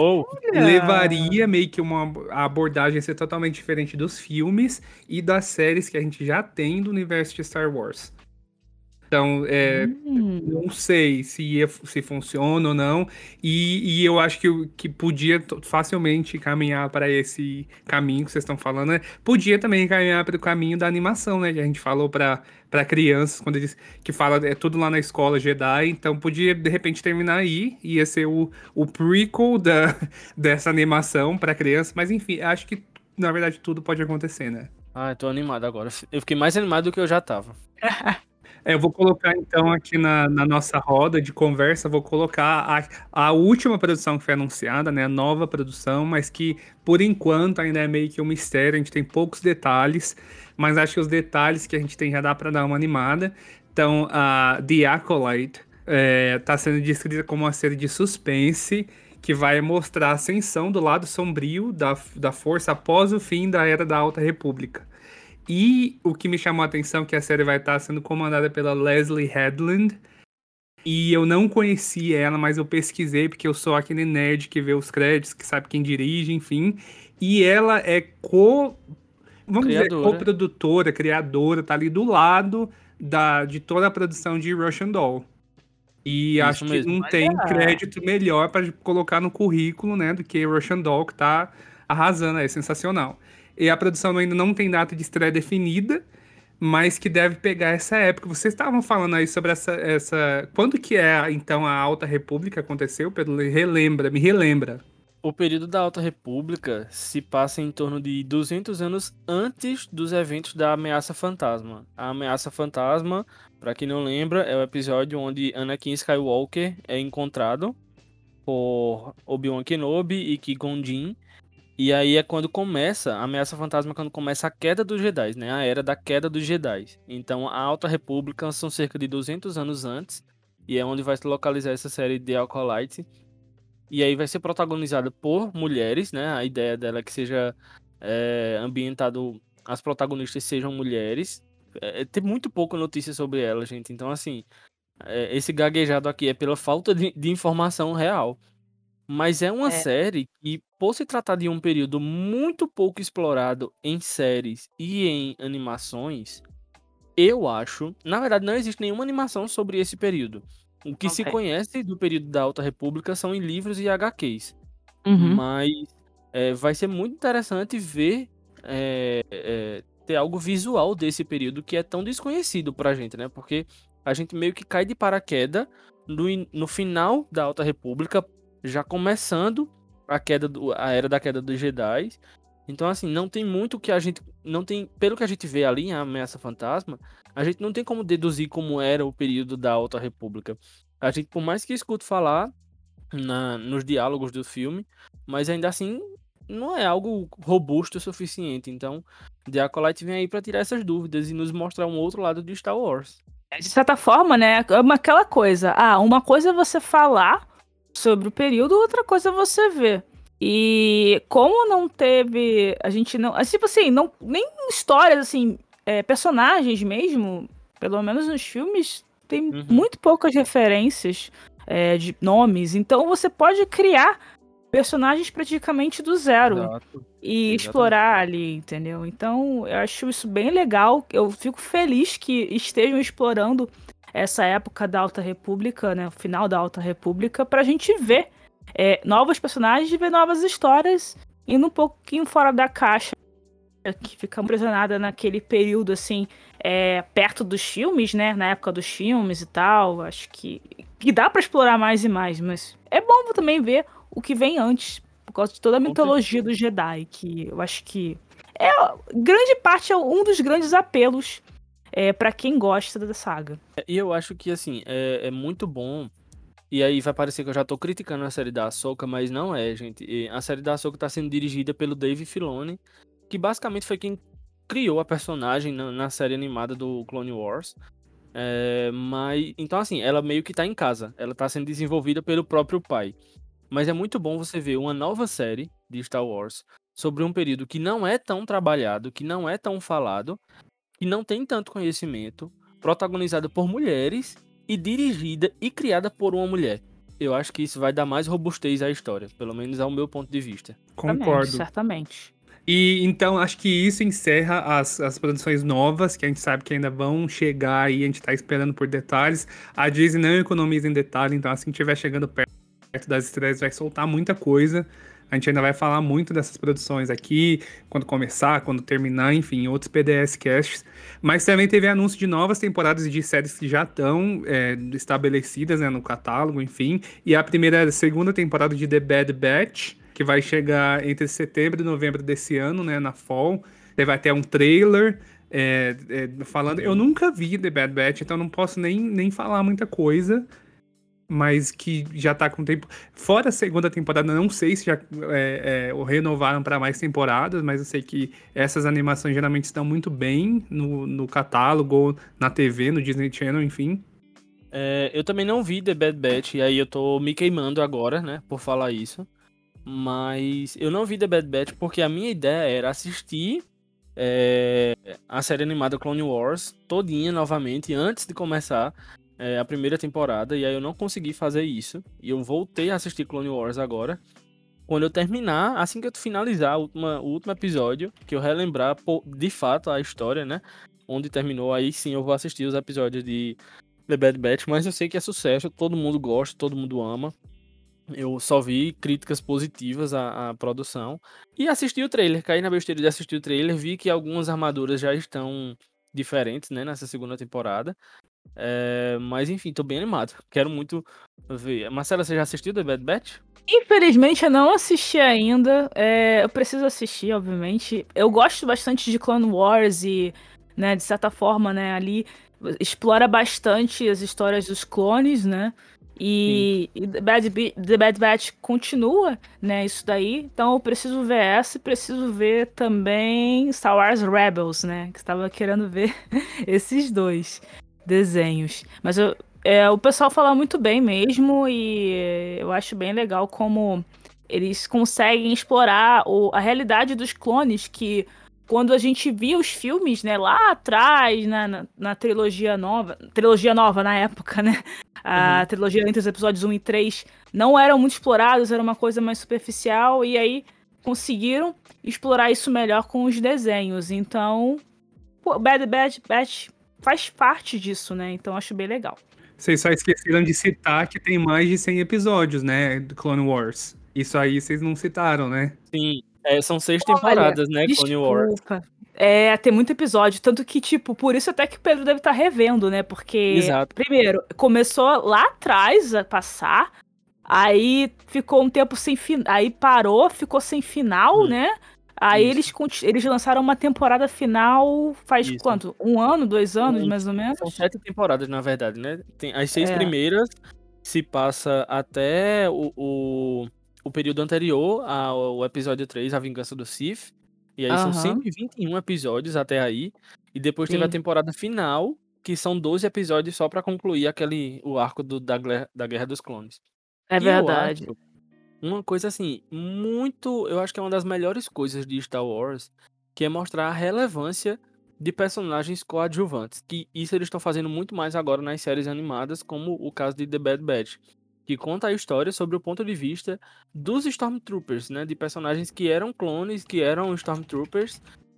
levaria meio que a abordagem a ser totalmente diferente dos filmes e das séries que a gente já tem do universo de Star Wars. Então, não sei se funciona ou não, e eu acho que podia facilmente caminhar para esse caminho que vocês estão falando, né? Podia também caminhar para o caminho da animação, né? Que a gente falou para crianças, quando eles que fala tudo lá na escola Jedi, então podia de repente terminar aí, ia ser o prequel dessa animação para crianças, mas enfim, acho que na verdade tudo pode acontecer, né? Ah, tô animado agora. Eu fiquei mais animado do que eu já tava. Eu vou colocar então aqui na nossa roda de conversa, vou colocar a última produção que foi anunciada, né, a nova produção, mas que por enquanto ainda é meio que um mistério, a gente tem poucos detalhes, mas acho que os detalhes que a gente tem já dá para dar uma animada. Então, a The Acolyte está sendo descrita como uma série de suspense que vai mostrar a ascensão do lado sombrio da força após o fim da Era da Alta República. E o que me chamou a atenção é que a série vai estar sendo comandada pela Leslie Headland. E eu não conheci ela, mas eu pesquisei, porque eu sou aquele nerd que vê os créditos, que sabe quem dirige, enfim. E ela é co-produtora, criadora, tá ali do lado de toda a produção de Russian Doll. E Isso acho mesmo. que não tem crédito melhor para colocar no currículo, né, do que Russian Doll, que tá arrasando, é sensacional. E a produção ainda não tem data de estreia definida, mas que deve pegar essa época. Vocês estavam falando aí sobre essa... Quando que então, a Alta República aconteceu, Pedro? Me relembra. O período da Alta República se passa em torno de 200 anos antes dos eventos da Ameaça Fantasma. A Ameaça Fantasma, pra quem não lembra, é o episódio onde Anakin Skywalker é encontrado por Obi-Wan Kenobi e Qui-Gon Jinn. E aí é quando começa, a Ameaça Fantasma, quando começa a queda dos Jedi, né? A era da queda dos Jedi. Então a Alta República são cerca de 200 anos antes, e é onde vai se localizar essa série The Acolyte. E aí vai ser protagonizada por mulheres, né? A ideia dela é que seja ambientado, as protagonistas sejam mulheres. Tem muito pouca notícia sobre ela, gente. Então, assim, esse gaguejado aqui é pela falta de informação real. Mas é uma série que, por se tratar de um período muito pouco explorado em séries e em animações, eu acho... Na verdade, não existe nenhuma animação sobre esse período. O que se conhece do período da Alta República são em livros e HQs. Mas vai ser muito interessante ver ter algo visual desse período que é tão desconhecido pra gente, né? Porque a gente meio que cai de paraquedas no final da Alta República, já começando a era da queda dos Jedi. Então, assim, não tem muito que a gente. Não tem. Pelo que a gente vê ali em Ameaça Fantasma, a gente não tem como deduzir como era o período da Alta República. A gente, por mais que escute falar nos diálogos do filme, mas ainda assim não é algo robusto o suficiente. Então, The Acolyte vem aí pra tirar essas dúvidas e nos mostrar um outro lado de Star Wars. De certa forma, né, é aquela coisa. Uma coisa é você falar sobre o período, outra coisa é você ver. E como não teve, a gente não, tipo assim, não, nem histórias, assim, personagens mesmo, pelo menos nos filmes, tem muito poucas referências de nomes. Então você pode criar personagens praticamente do zero. Exato. E Exatamente. explorar ali, entendeu? Então, eu acho isso bem legal. Eu fico feliz que estejam explorando essa época da Alta República, né? O final da Alta República, pra gente ver novos personagens e ver novas histórias, indo um pouquinho fora da caixa, que fica aprisionada naquele período, assim, perto dos filmes, né? Na época dos filmes e tal. Acho que dá pra explorar mais e mais, mas é bom também ver o que vem antes, por causa de toda a mitologia do Jedi, que eu acho que grande parte é um dos grandes apelos pra quem gosta da saga. E eu acho que, assim, é muito bom. E aí vai parecer que eu já tô criticando a série da Ahsoka, mas não é, gente. A série da Ahsoka tá sendo dirigida pelo Dave Filoni, que basicamente foi quem criou a personagem na série animada do Clone Wars. Então, assim, ela meio que tá em casa. Ela tá sendo desenvolvida pelo próprio pai. Mas é muito bom você ver uma nova série de Star Wars sobre um período que não é tão trabalhado, que não é tão falado, que não tem tanto conhecimento, protagonizada por mulheres e dirigida e criada por uma mulher. Eu acho que isso vai dar mais robustez à história, pelo menos ao meu ponto de vista. Concordo. Certamente. E então acho que isso encerra as produções novas, que a gente sabe que ainda vão chegar aí, a gente tá esperando por detalhes. A Disney não economiza em detalhe, então assim que estiver chegando perto das estreias vai soltar muita coisa. A gente ainda vai falar muito dessas produções aqui, quando começar, quando terminar, enfim, outros PDS casts. Mas também teve anúncio de novas temporadas de séries que já estão estabelecidas, né, no catálogo, enfim. E a segunda temporada de The Bad Batch, que vai chegar entre setembro e novembro desse ano, né, na Fall. Vai ter um trailer falando... Eu nunca vi The Bad Batch, então não posso nem falar muita coisa, mas que já tá com tempo. Fora a segunda temporada, não sei se já renovaram para mais temporadas, mas eu sei que essas animações geralmente estão muito bem no catálogo, ou na TV, no Disney Channel, enfim. Eu também não vi The Bad Batch, e aí eu tô me queimando agora, né, por falar isso. Mas eu não vi The Bad Batch porque a minha ideia era assistir a série animada Clone Wars todinha novamente antes de começar a primeira temporada, e aí eu não consegui fazer isso. E eu voltei a assistir Clone Wars agora. Quando eu terminar, assim que eu finalizar o último episódio, que eu relembrar de fato a história, né? Onde terminou, aí sim eu vou assistir os episódios de The Bad Batch. Mas eu sei que é sucesso, todo mundo gosta, todo mundo ama. Eu só vi críticas positivas à produção. E assisti o trailer, caí na besteira de assistir o trailer, vi que algumas armaduras já estão diferentes, né, nessa segunda temporada. Mas enfim, tô bem animado. Quero muito ver. Marcela, você já assistiu The Bad Batch? Infelizmente eu não assisti ainda. Eu preciso assistir, obviamente. Eu gosto bastante de Clone Wars e, né, de certa forma, né, ali explora bastante as histórias dos clones, né? E The Bad Batch continua, né, isso daí. Então eu preciso ver essa e preciso ver também Star Wars Rebels, né? Que estava querendo ver esses dois desenhos. Mas o pessoal fala muito bem mesmo e eu acho bem legal como eles conseguem explorar a realidade dos clones, que quando a gente via os filmes, né, lá atrás, na trilogia nova na época, né, a trilogia entre os episódios 1 e 3 não eram muito explorados, era uma coisa mais superficial, e aí conseguiram explorar isso melhor com os desenhos. Então, Bad Batch faz parte disso, né, então acho bem legal. Vocês só esqueceram de citar que tem mais de 100 episódios, né, do Clone Wars. Isso aí vocês não citaram, né? Sim, são 6 temporadas, né, Clone Wars. Desculpa. Tem muito episódio, tanto que, tipo, por isso até que o Pedro deve estar revendo, né? Porque, Exato. primeiro, começou lá atrás a passar, aí ficou um tempo sem final, aí parou, ficou sem final, né? Aí Isso. eles lançaram uma temporada final faz Isso. quanto? 1 ano, 2 anos, mais ou menos? São 7 temporadas, na verdade, né? Tem as 6 É. primeiras se passa até o período anterior ao episódio 3, A Vingança do Sith. E aí são Aham, 121 episódios até aí. E depois teve a sim. temporada final, que são 12 episódios só pra concluir o arco da Guerra dos Clones. É E eu verdade. acho uma coisa assim, muito. Eu acho que é uma das melhores coisas de Star Wars, que é mostrar a relevância de personagens coadjuvantes. Que isso eles estão fazendo muito mais agora nas séries animadas, como o caso de The Bad Batch, que conta a história sobre o ponto de vista dos Stormtroopers, né? De personagens que eram clones, que eram Stormtroopers,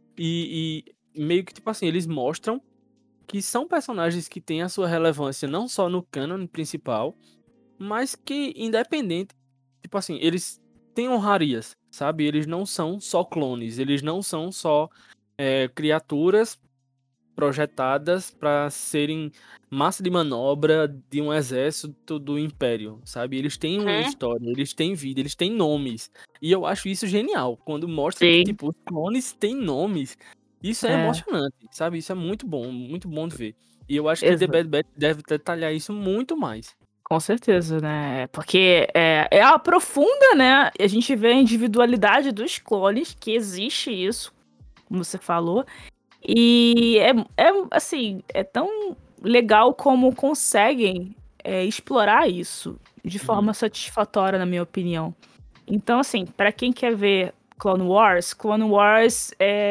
e meio que, tipo assim, eles mostram que são personagens que têm a sua relevância não só no canon principal, mas que, independente, tipo assim, eles têm honrarias, sabe? Eles não são só clones, eles não são só criaturas projetadas para serem massa de manobra de um exército do Império, sabe? Eles têm uma Uhum. história, eles têm vida, eles têm nomes. E eu acho isso genial, quando mostra que, Sim. tipo, os clones têm nomes. Isso é É, emocionante, sabe? Isso é muito bom de ver. E eu acho que The exa Bad Batch deve detalhar isso muito mais. com certeza, né? Porque aprofunda, né? A gente vê a individualidade dos clones, que existe isso, como você falou. E assim, é tão legal como conseguem explorar isso de Uhum. forma satisfatória, na minha opinião. Então, assim, pra quem quer ver Clone Wars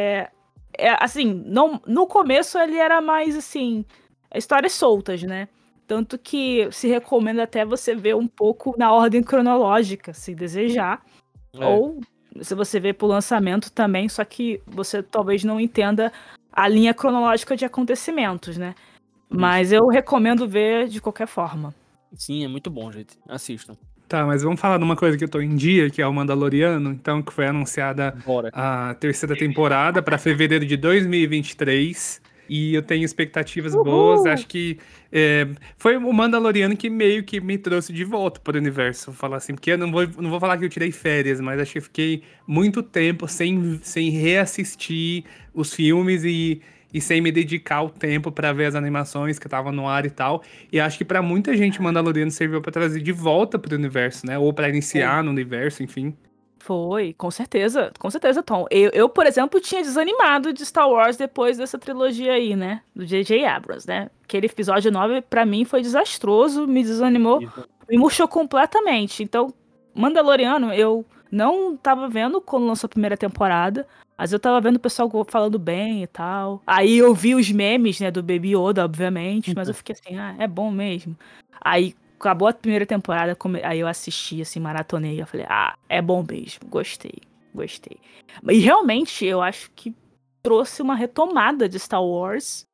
assim, não, no começo ele era mais assim, histórias soltas, né? Tanto que se recomenda até você ver um pouco na ordem cronológica, se desejar. É. Ou se você vê pro lançamento também, só que você talvez não entenda a linha cronológica de acontecimentos, né? Isso. Mas eu recomendo ver de qualquer forma. Sim, é muito bom, gente. Assistam. Tá, mas vamos falar de uma coisa que eu tô em dia, que é o Mandaloriano, então, que foi anunciada Bora. a terceira temporada para fevereiro de 2023. E eu tenho expectativas boas. Uhul! Acho que foi o Mandaloriano que meio que me trouxe de volta para o universo, vou falar assim, porque eu não vou falar que eu tirei férias, mas acho que eu fiquei muito tempo sem reassistir os filmes e sem me dedicar o tempo para ver as animações que estavam no ar e tal. E acho que pra muita gente Mandaloriano serviu pra trazer de volta pro universo, né? Ou pra Foi. iniciar no universo, enfim. Foi, com certeza, Tom. Eu, por exemplo, tinha desanimado de Star Wars depois dessa trilogia aí, né? Do J.J. Abrams, né? Aquele episódio 9 pra mim, foi desastroso, me desanimou, Isso. me murchou completamente. Então, Mandaloriano, eu não tava vendo quando lançou a primeira temporada, mas eu tava vendo o pessoal falando bem e tal. Aí eu vi os memes, né, do Baby Yoda, obviamente, mas eu fiquei assim, é bom mesmo. Aí acabou a primeira temporada, aí eu assisti, assim, maratonei, eu falei, é bom mesmo, gostei, gostei. E realmente, eu acho que trouxe uma retomada de Star Wars,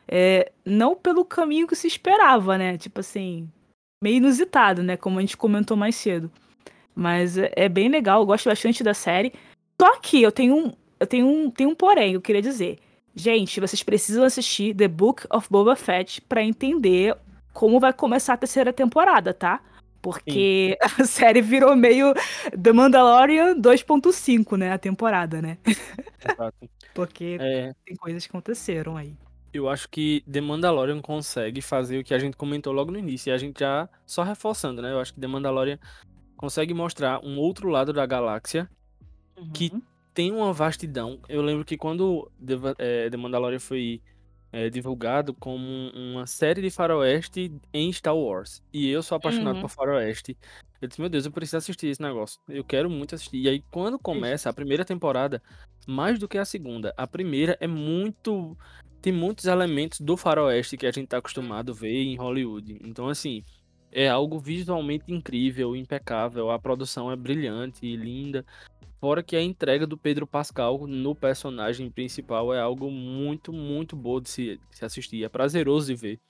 não pelo caminho que se esperava, né, tipo assim, meio inusitado, né, como a gente comentou mais cedo. Mas é bem legal, eu gosto bastante da série. Só que tenho um porém, eu queria dizer. Gente, vocês precisam assistir The Book of Boba Fett pra entender como vai começar a terceira temporada, tá? Sim, Porque a série virou meio The Mandalorian 2.5, né? A temporada, né? exato. Porque É, tem coisas que aconteceram aí. eu acho que The Mandalorian consegue fazer o que a gente comentou logo no início, e a gente já só reforçando, né? Eu acho que The Mandalorian consegue mostrar um outro lado da galáxia que Uhum. tem uma vastidão. Eu lembro que quando The Mandalorian foi divulgado como uma série de faroeste em Star Wars, e eu sou apaixonado por Uhum. faroeste, eu disse, meu Deus, eu preciso assistir esse negócio. Eu quero muito assistir. E aí, quando começa a primeira temporada, mais do que a segunda, a primeira é muito. Tem muitos elementos do faroeste que a gente tá acostumado a ver em Hollywood. Então, assim, é algo visualmente incrível, impecável. A produção é brilhante e linda. Fora que a entrega do Pedro Pascal no personagem principal é algo muito, muito bom de se assistir. É prazeroso de ver.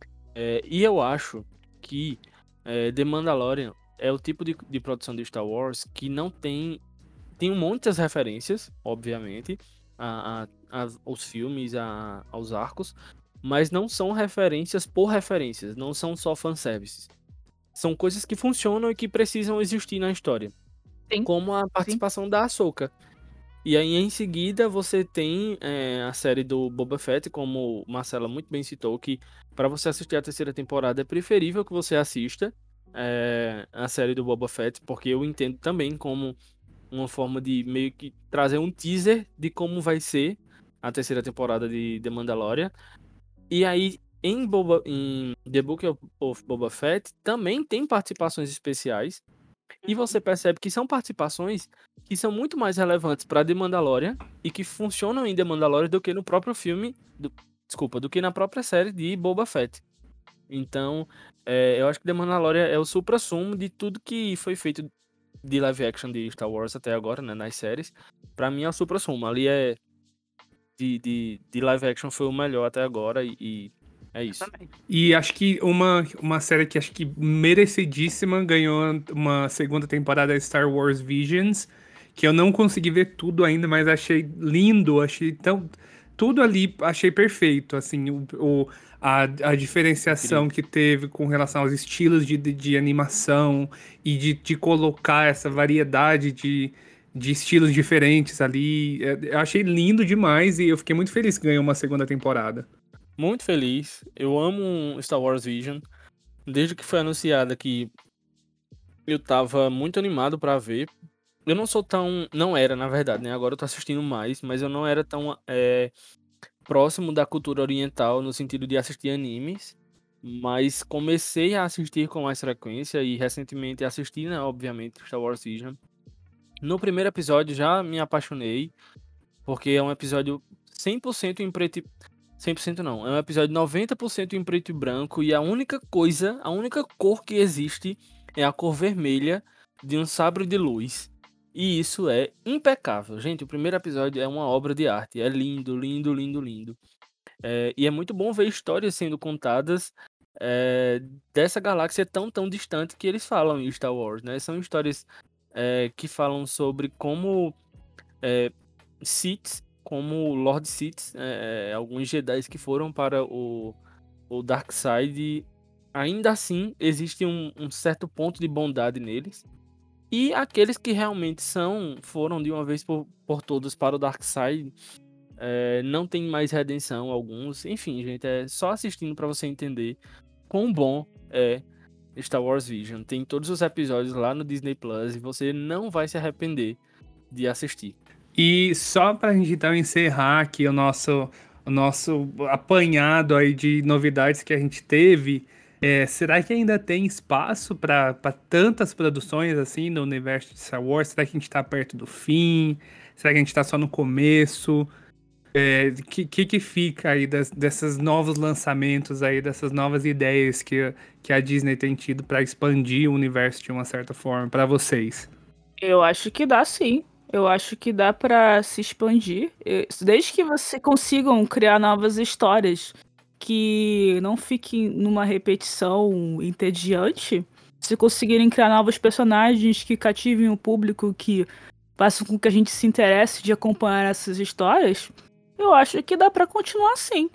E eu acho que The Mandalorian é o tipo de produção de Star Wars que não tem. Tem muitas referências, obviamente, os filmes, aos arcos, mas não são referências por referências, não são só fanservices. São coisas que funcionam e que precisam existir na história. Sim, Como a participação da Ahsoka. E aí, em seguida, você tem a série do Boba Fett, como Marcela muito bem citou, que para você assistir a terceira temporada é preferível que você assista a série do Boba Fett, porque eu entendo também como uma forma de meio que trazer um teaser de como vai ser a terceira temporada de The Mandalorian. E aí, em The Book of Boba Fett, também tem participações especiais. E você percebe que são participações que são muito mais relevantes para The Mandalorian e que funcionam em The Mandalorian do que no próprio filme, do que na própria série de Boba Fett. Então, eu acho que The Mandalorian é o suprassumo de tudo que foi feito de live action de Star Wars até agora, né, nas séries. Pra mim é o suprassumo. Ali de live action foi o melhor até agora e é isso. E acho que uma série que acho que merecidíssima ganhou uma segunda temporada é Star Wars Visions, que eu não consegui ver tudo ainda, mas achei lindo, achei tão... Tudo ali achei perfeito, assim, a diferenciação que teve com relação aos estilos de animação e de colocar essa variedade de estilos diferentes ali. Eu achei lindo demais e eu fiquei muito feliz que ganhou uma segunda temporada. Muito feliz. Eu amo Star Wars Vision. Desde que foi anunciada que eu tava muito animado pra ver. Eu não sou tão... Não era, na verdade, né? Agora eu tô assistindo mais, mas eu não era tão próximo da cultura oriental no sentido de assistir animes. Mas comecei a assistir com mais frequência e recentemente assisti, né, obviamente, Star Wars Vision. No primeiro episódio já me apaixonei, porque é um episódio 100% em preto e... 100% não, é um episódio 90% em preto e branco e a única cor que existe é a cor vermelha de um sabre de luz. E isso é impecável. Gente, o primeiro episódio é uma obra de arte. É lindo, lindo, lindo, lindo. E é muito bom ver histórias sendo contadas dessa galáxia tão, tão distante que eles falam em Star Wars, né? São histórias que falam sobre como Sith, como Lord Sith, alguns Jedi que foram para o Dark Side, ainda assim existe um certo ponto de bondade neles. E aqueles que realmente foram de uma vez por todas para o Dark Side, não tem mais redenção alguns. Enfim, gente, é só assistindo para você entender quão bom é Star Wars Vision. Tem todos os episódios lá no Disney Plus e você não vai se arrepender de assistir. E só pra gente então encerrar aqui o nosso apanhado aí de novidades que a gente teve, será que ainda tem espaço para tantas produções assim no universo de Star Wars? Será que a gente tá perto do fim? Será que a gente tá só no começo? Que fica aí desses novos lançamentos aí, dessas novas ideias que a Disney tem tido para expandir o universo de uma certa forma para vocês? Eu acho que dá sim. Eu acho que dá pra se expandir. Desde que você consigam criar novas histórias que não fiquem numa repetição entediante, se conseguirem criar novos personagens que cativem o público, que façam com que a gente se interesse de acompanhar essas histórias, eu acho que dá pra continuar assim.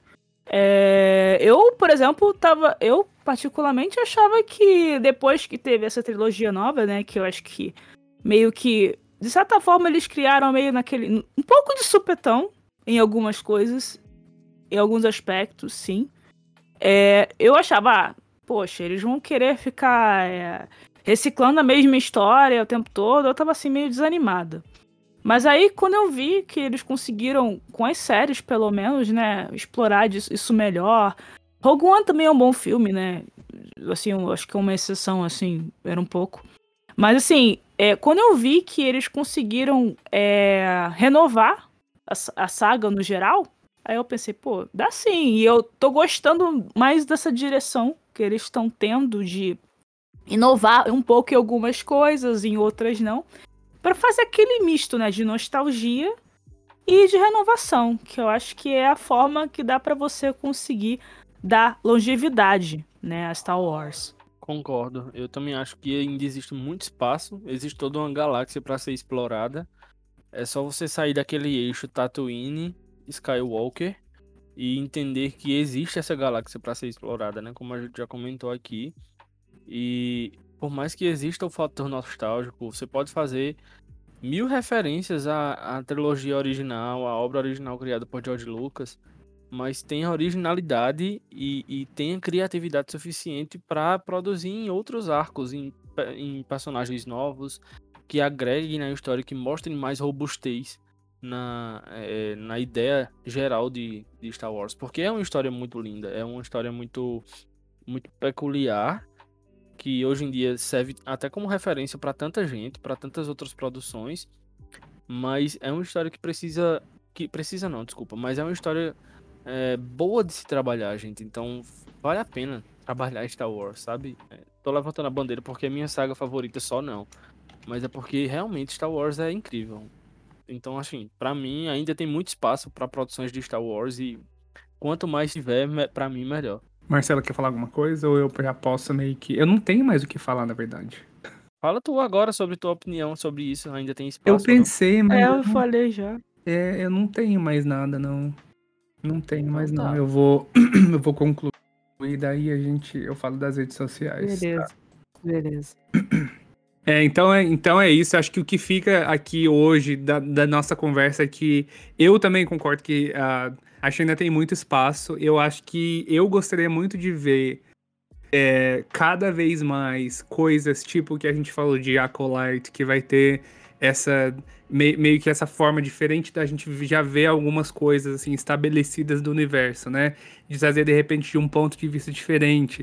Eu, por exemplo, eu particularmente achava que depois que teve essa trilogia nova, né, que eu acho que meio que, de certa forma, eles criaram meio naquele... um pouco de supetão em algumas coisas, em alguns aspectos, sim. Eu achava, poxa, eles vão querer ficar reciclando a mesma história o tempo todo. Eu tava assim meio desanimada. Mas aí, quando eu vi que eles conseguiram, com as séries pelo menos, né, explorar isso melhor. Rogue One também é um bom filme, né? Assim, eu acho que é uma exceção, assim, era um pouco. Mas assim, quando eu vi que eles conseguiram renovar a saga no geral, aí eu pensei, pô, dá sim. E eu tô gostando mais dessa direção que eles estão tendo de inovar um pouco em algumas coisas, em outras não. Pra fazer aquele misto, né, de nostalgia e de renovação, que eu acho que é a forma que dá pra você conseguir dar longevidade, né, a Star Wars. Concordo. Eu também acho que ainda existe muito espaço, existe toda uma galáxia para ser explorada. É só você sair daquele eixo Tatooine, Skywalker, e entender que existe essa galáxia para ser explorada, né? Como a gente já comentou aqui. E por mais que exista o fator nostálgico, você pode fazer 1000 referências à trilogia original, à obra original criada por George Lucas, mas tem a originalidade e tem a criatividade suficiente para produzir em outros arcos, em personagens novos, que agreguem na história, que mostrem mais robustez na ideia geral de Star Wars. Porque é uma história muito linda, é uma história muito, muito peculiar, que hoje em dia serve até como referência para tanta gente, para tantas outras produções, mas é uma história mas é uma história boa de se trabalhar, gente. Então vale a pena trabalhar Star Wars, sabe? Tô levantando a bandeira porque é minha saga favorita, só não. Mas é porque realmente Star Wars é incrível. Então, assim, pra mim ainda tem muito espaço para produções de Star Wars e quanto mais tiver, pra mim, melhor. Marcelo, quer falar alguma coisa? Ou eu já posso meio que. Eu não tenho mais o que falar, na verdade. Fala tu agora sobre tua opinião sobre isso, ainda tem Eu espaço ou não? pensei, mas Eu falei já. eu não tenho mais nada, não. Não tenho Então mais, não. tá. Eu vou concluir, daí eu falo das redes sociais. Beleza. Beleza. Então é isso. Acho que o que fica aqui hoje da nossa conversa é que eu também concordo que acho que ainda tem muito espaço. Eu acho que eu gostaria muito de ver cada vez mais coisas tipo o que a gente falou de Acolyte, que vai ter essa meio que essa forma diferente da gente já ver algumas coisas assim estabelecidas do universo, né? De trazer de repente de um ponto de vista diferente,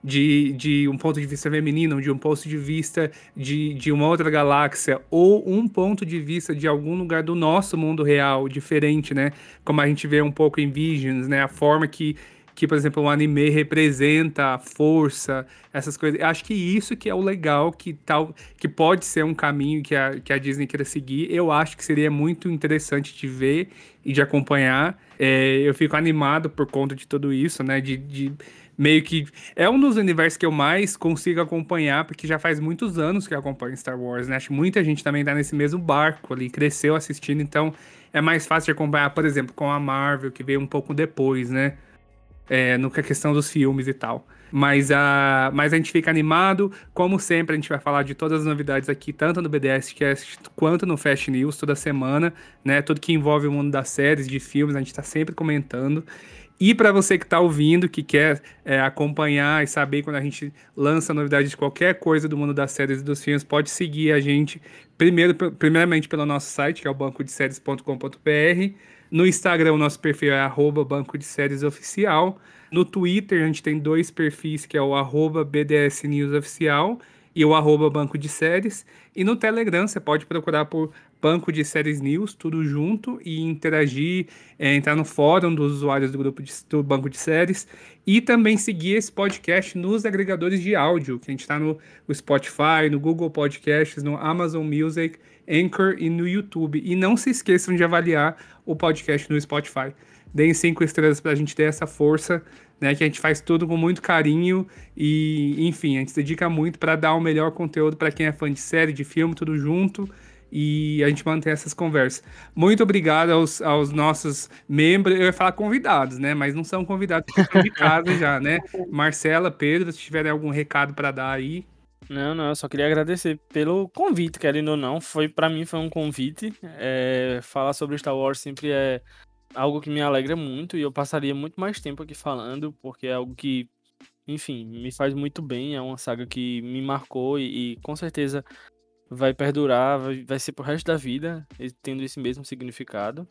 de um ponto de vista feminino, de um ponto de vista de uma outra galáxia, ou um ponto de vista de algum lugar do nosso mundo real diferente, né? Como a gente vê um pouco em Visions, né? A forma que, por exemplo, o anime representa a força, essas coisas. Eu acho que isso que é o legal, que pode ser um caminho que a Disney queira seguir. Eu acho que seria muito interessante de ver e de acompanhar. Eu fico animado por conta de tudo isso, né? De meio que é um dos universos que eu mais consigo acompanhar, porque já faz muitos anos que eu acompanho Star Wars, né? Acho que muita gente também tá nesse mesmo barco ali, cresceu assistindo, então é mais fácil de acompanhar, por exemplo, com a Marvel, que veio um pouco depois, né? No que é questão dos filmes e tal. Mas a gente fica animado. Como sempre, a gente vai falar de todas as novidades aqui, tanto no BDS Cast quanto no Fast News, toda semana, né? Tudo que envolve o mundo das séries, de filmes, a gente tá sempre comentando. E para você que tá ouvindo, que quer acompanhar e saber quando a gente lança novidades de qualquer coisa do mundo das séries e dos filmes, pode seguir a gente primeiramente pelo nosso site, que é o bancodeséries.com.br. No Instagram, o nosso perfil é @Banco de Séries Oficial. No Twitter, a gente tem 2 perfis, que é o @BDS News Oficial e o @Banco de Séries. E no Telegram, você pode procurar por Banco de Séries News, tudo junto, e interagir, entrar no fórum dos usuários do grupo do Banco de Séries. E também seguir esse podcast nos agregadores de áudio, que a gente está no Spotify, no Google Podcasts, no Amazon Music, Anchor e no YouTube. E não se esqueçam de avaliar o podcast no Spotify. Deem 5 estrelas pra gente ter essa força, né? Que a gente faz tudo com muito carinho e, enfim, a gente se dedica muito para dar o melhor conteúdo para quem é fã de série, de filme, tudo junto. E a gente mantém essas conversas. Muito obrigado aos nossos membros. Eu ia falar convidados, né? Mas não são convidados, porque são de casa já, né? Marcela, Pedro, se tiverem algum recado para dar aí. Não, eu só queria agradecer pelo convite, querendo ou não. Pra mim foi um convite. Falar sobre Star Wars sempre é algo que me alegra muito e eu passaria muito mais tempo aqui falando, porque é algo que, enfim, me faz muito bem. É uma saga que me marcou e com certeza vai perdurar, vai ser pro resto da vida, tendo esse mesmo significado.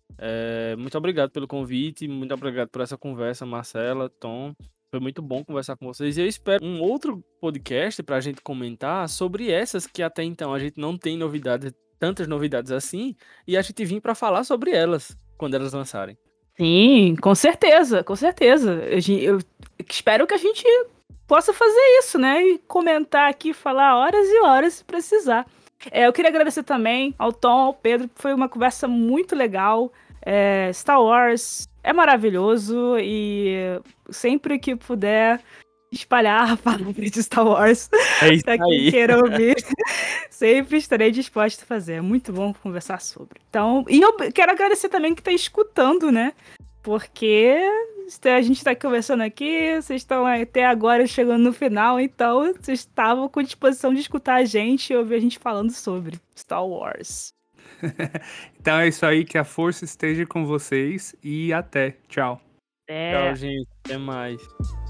Muito obrigado pelo convite, muito obrigado por essa conversa, Marcela, Tom. Foi muito bom conversar com vocês. E eu espero um outro podcast pra gente comentar sobre essas que até então a gente não tem novidades, tantas novidades assim, e a gente vir pra falar sobre elas quando elas lançarem. Sim, com certeza, com certeza. Eu espero que a gente possa fazer isso, né? E comentar aqui, falar horas e horas se precisar. Eu queria agradecer também ao Tom, ao Pedro, foi uma conversa muito legal. Star Wars é maravilhoso e sempre que puder, espalhar a palavra de Star Wars É isso pra quem aí. queira ouvir. Sempre estarei disposta a fazer. É muito bom conversar sobre. Então, e eu quero agradecer também que tá escutando, né? Porque a gente tá conversando aqui, vocês estão até agora chegando no final, então vocês estavam com disposição de escutar a gente e ouvir a gente falando sobre Star Wars. Então é isso aí, que a força esteja com vocês e até. Tchau. É. Tchau, gente. Até mais.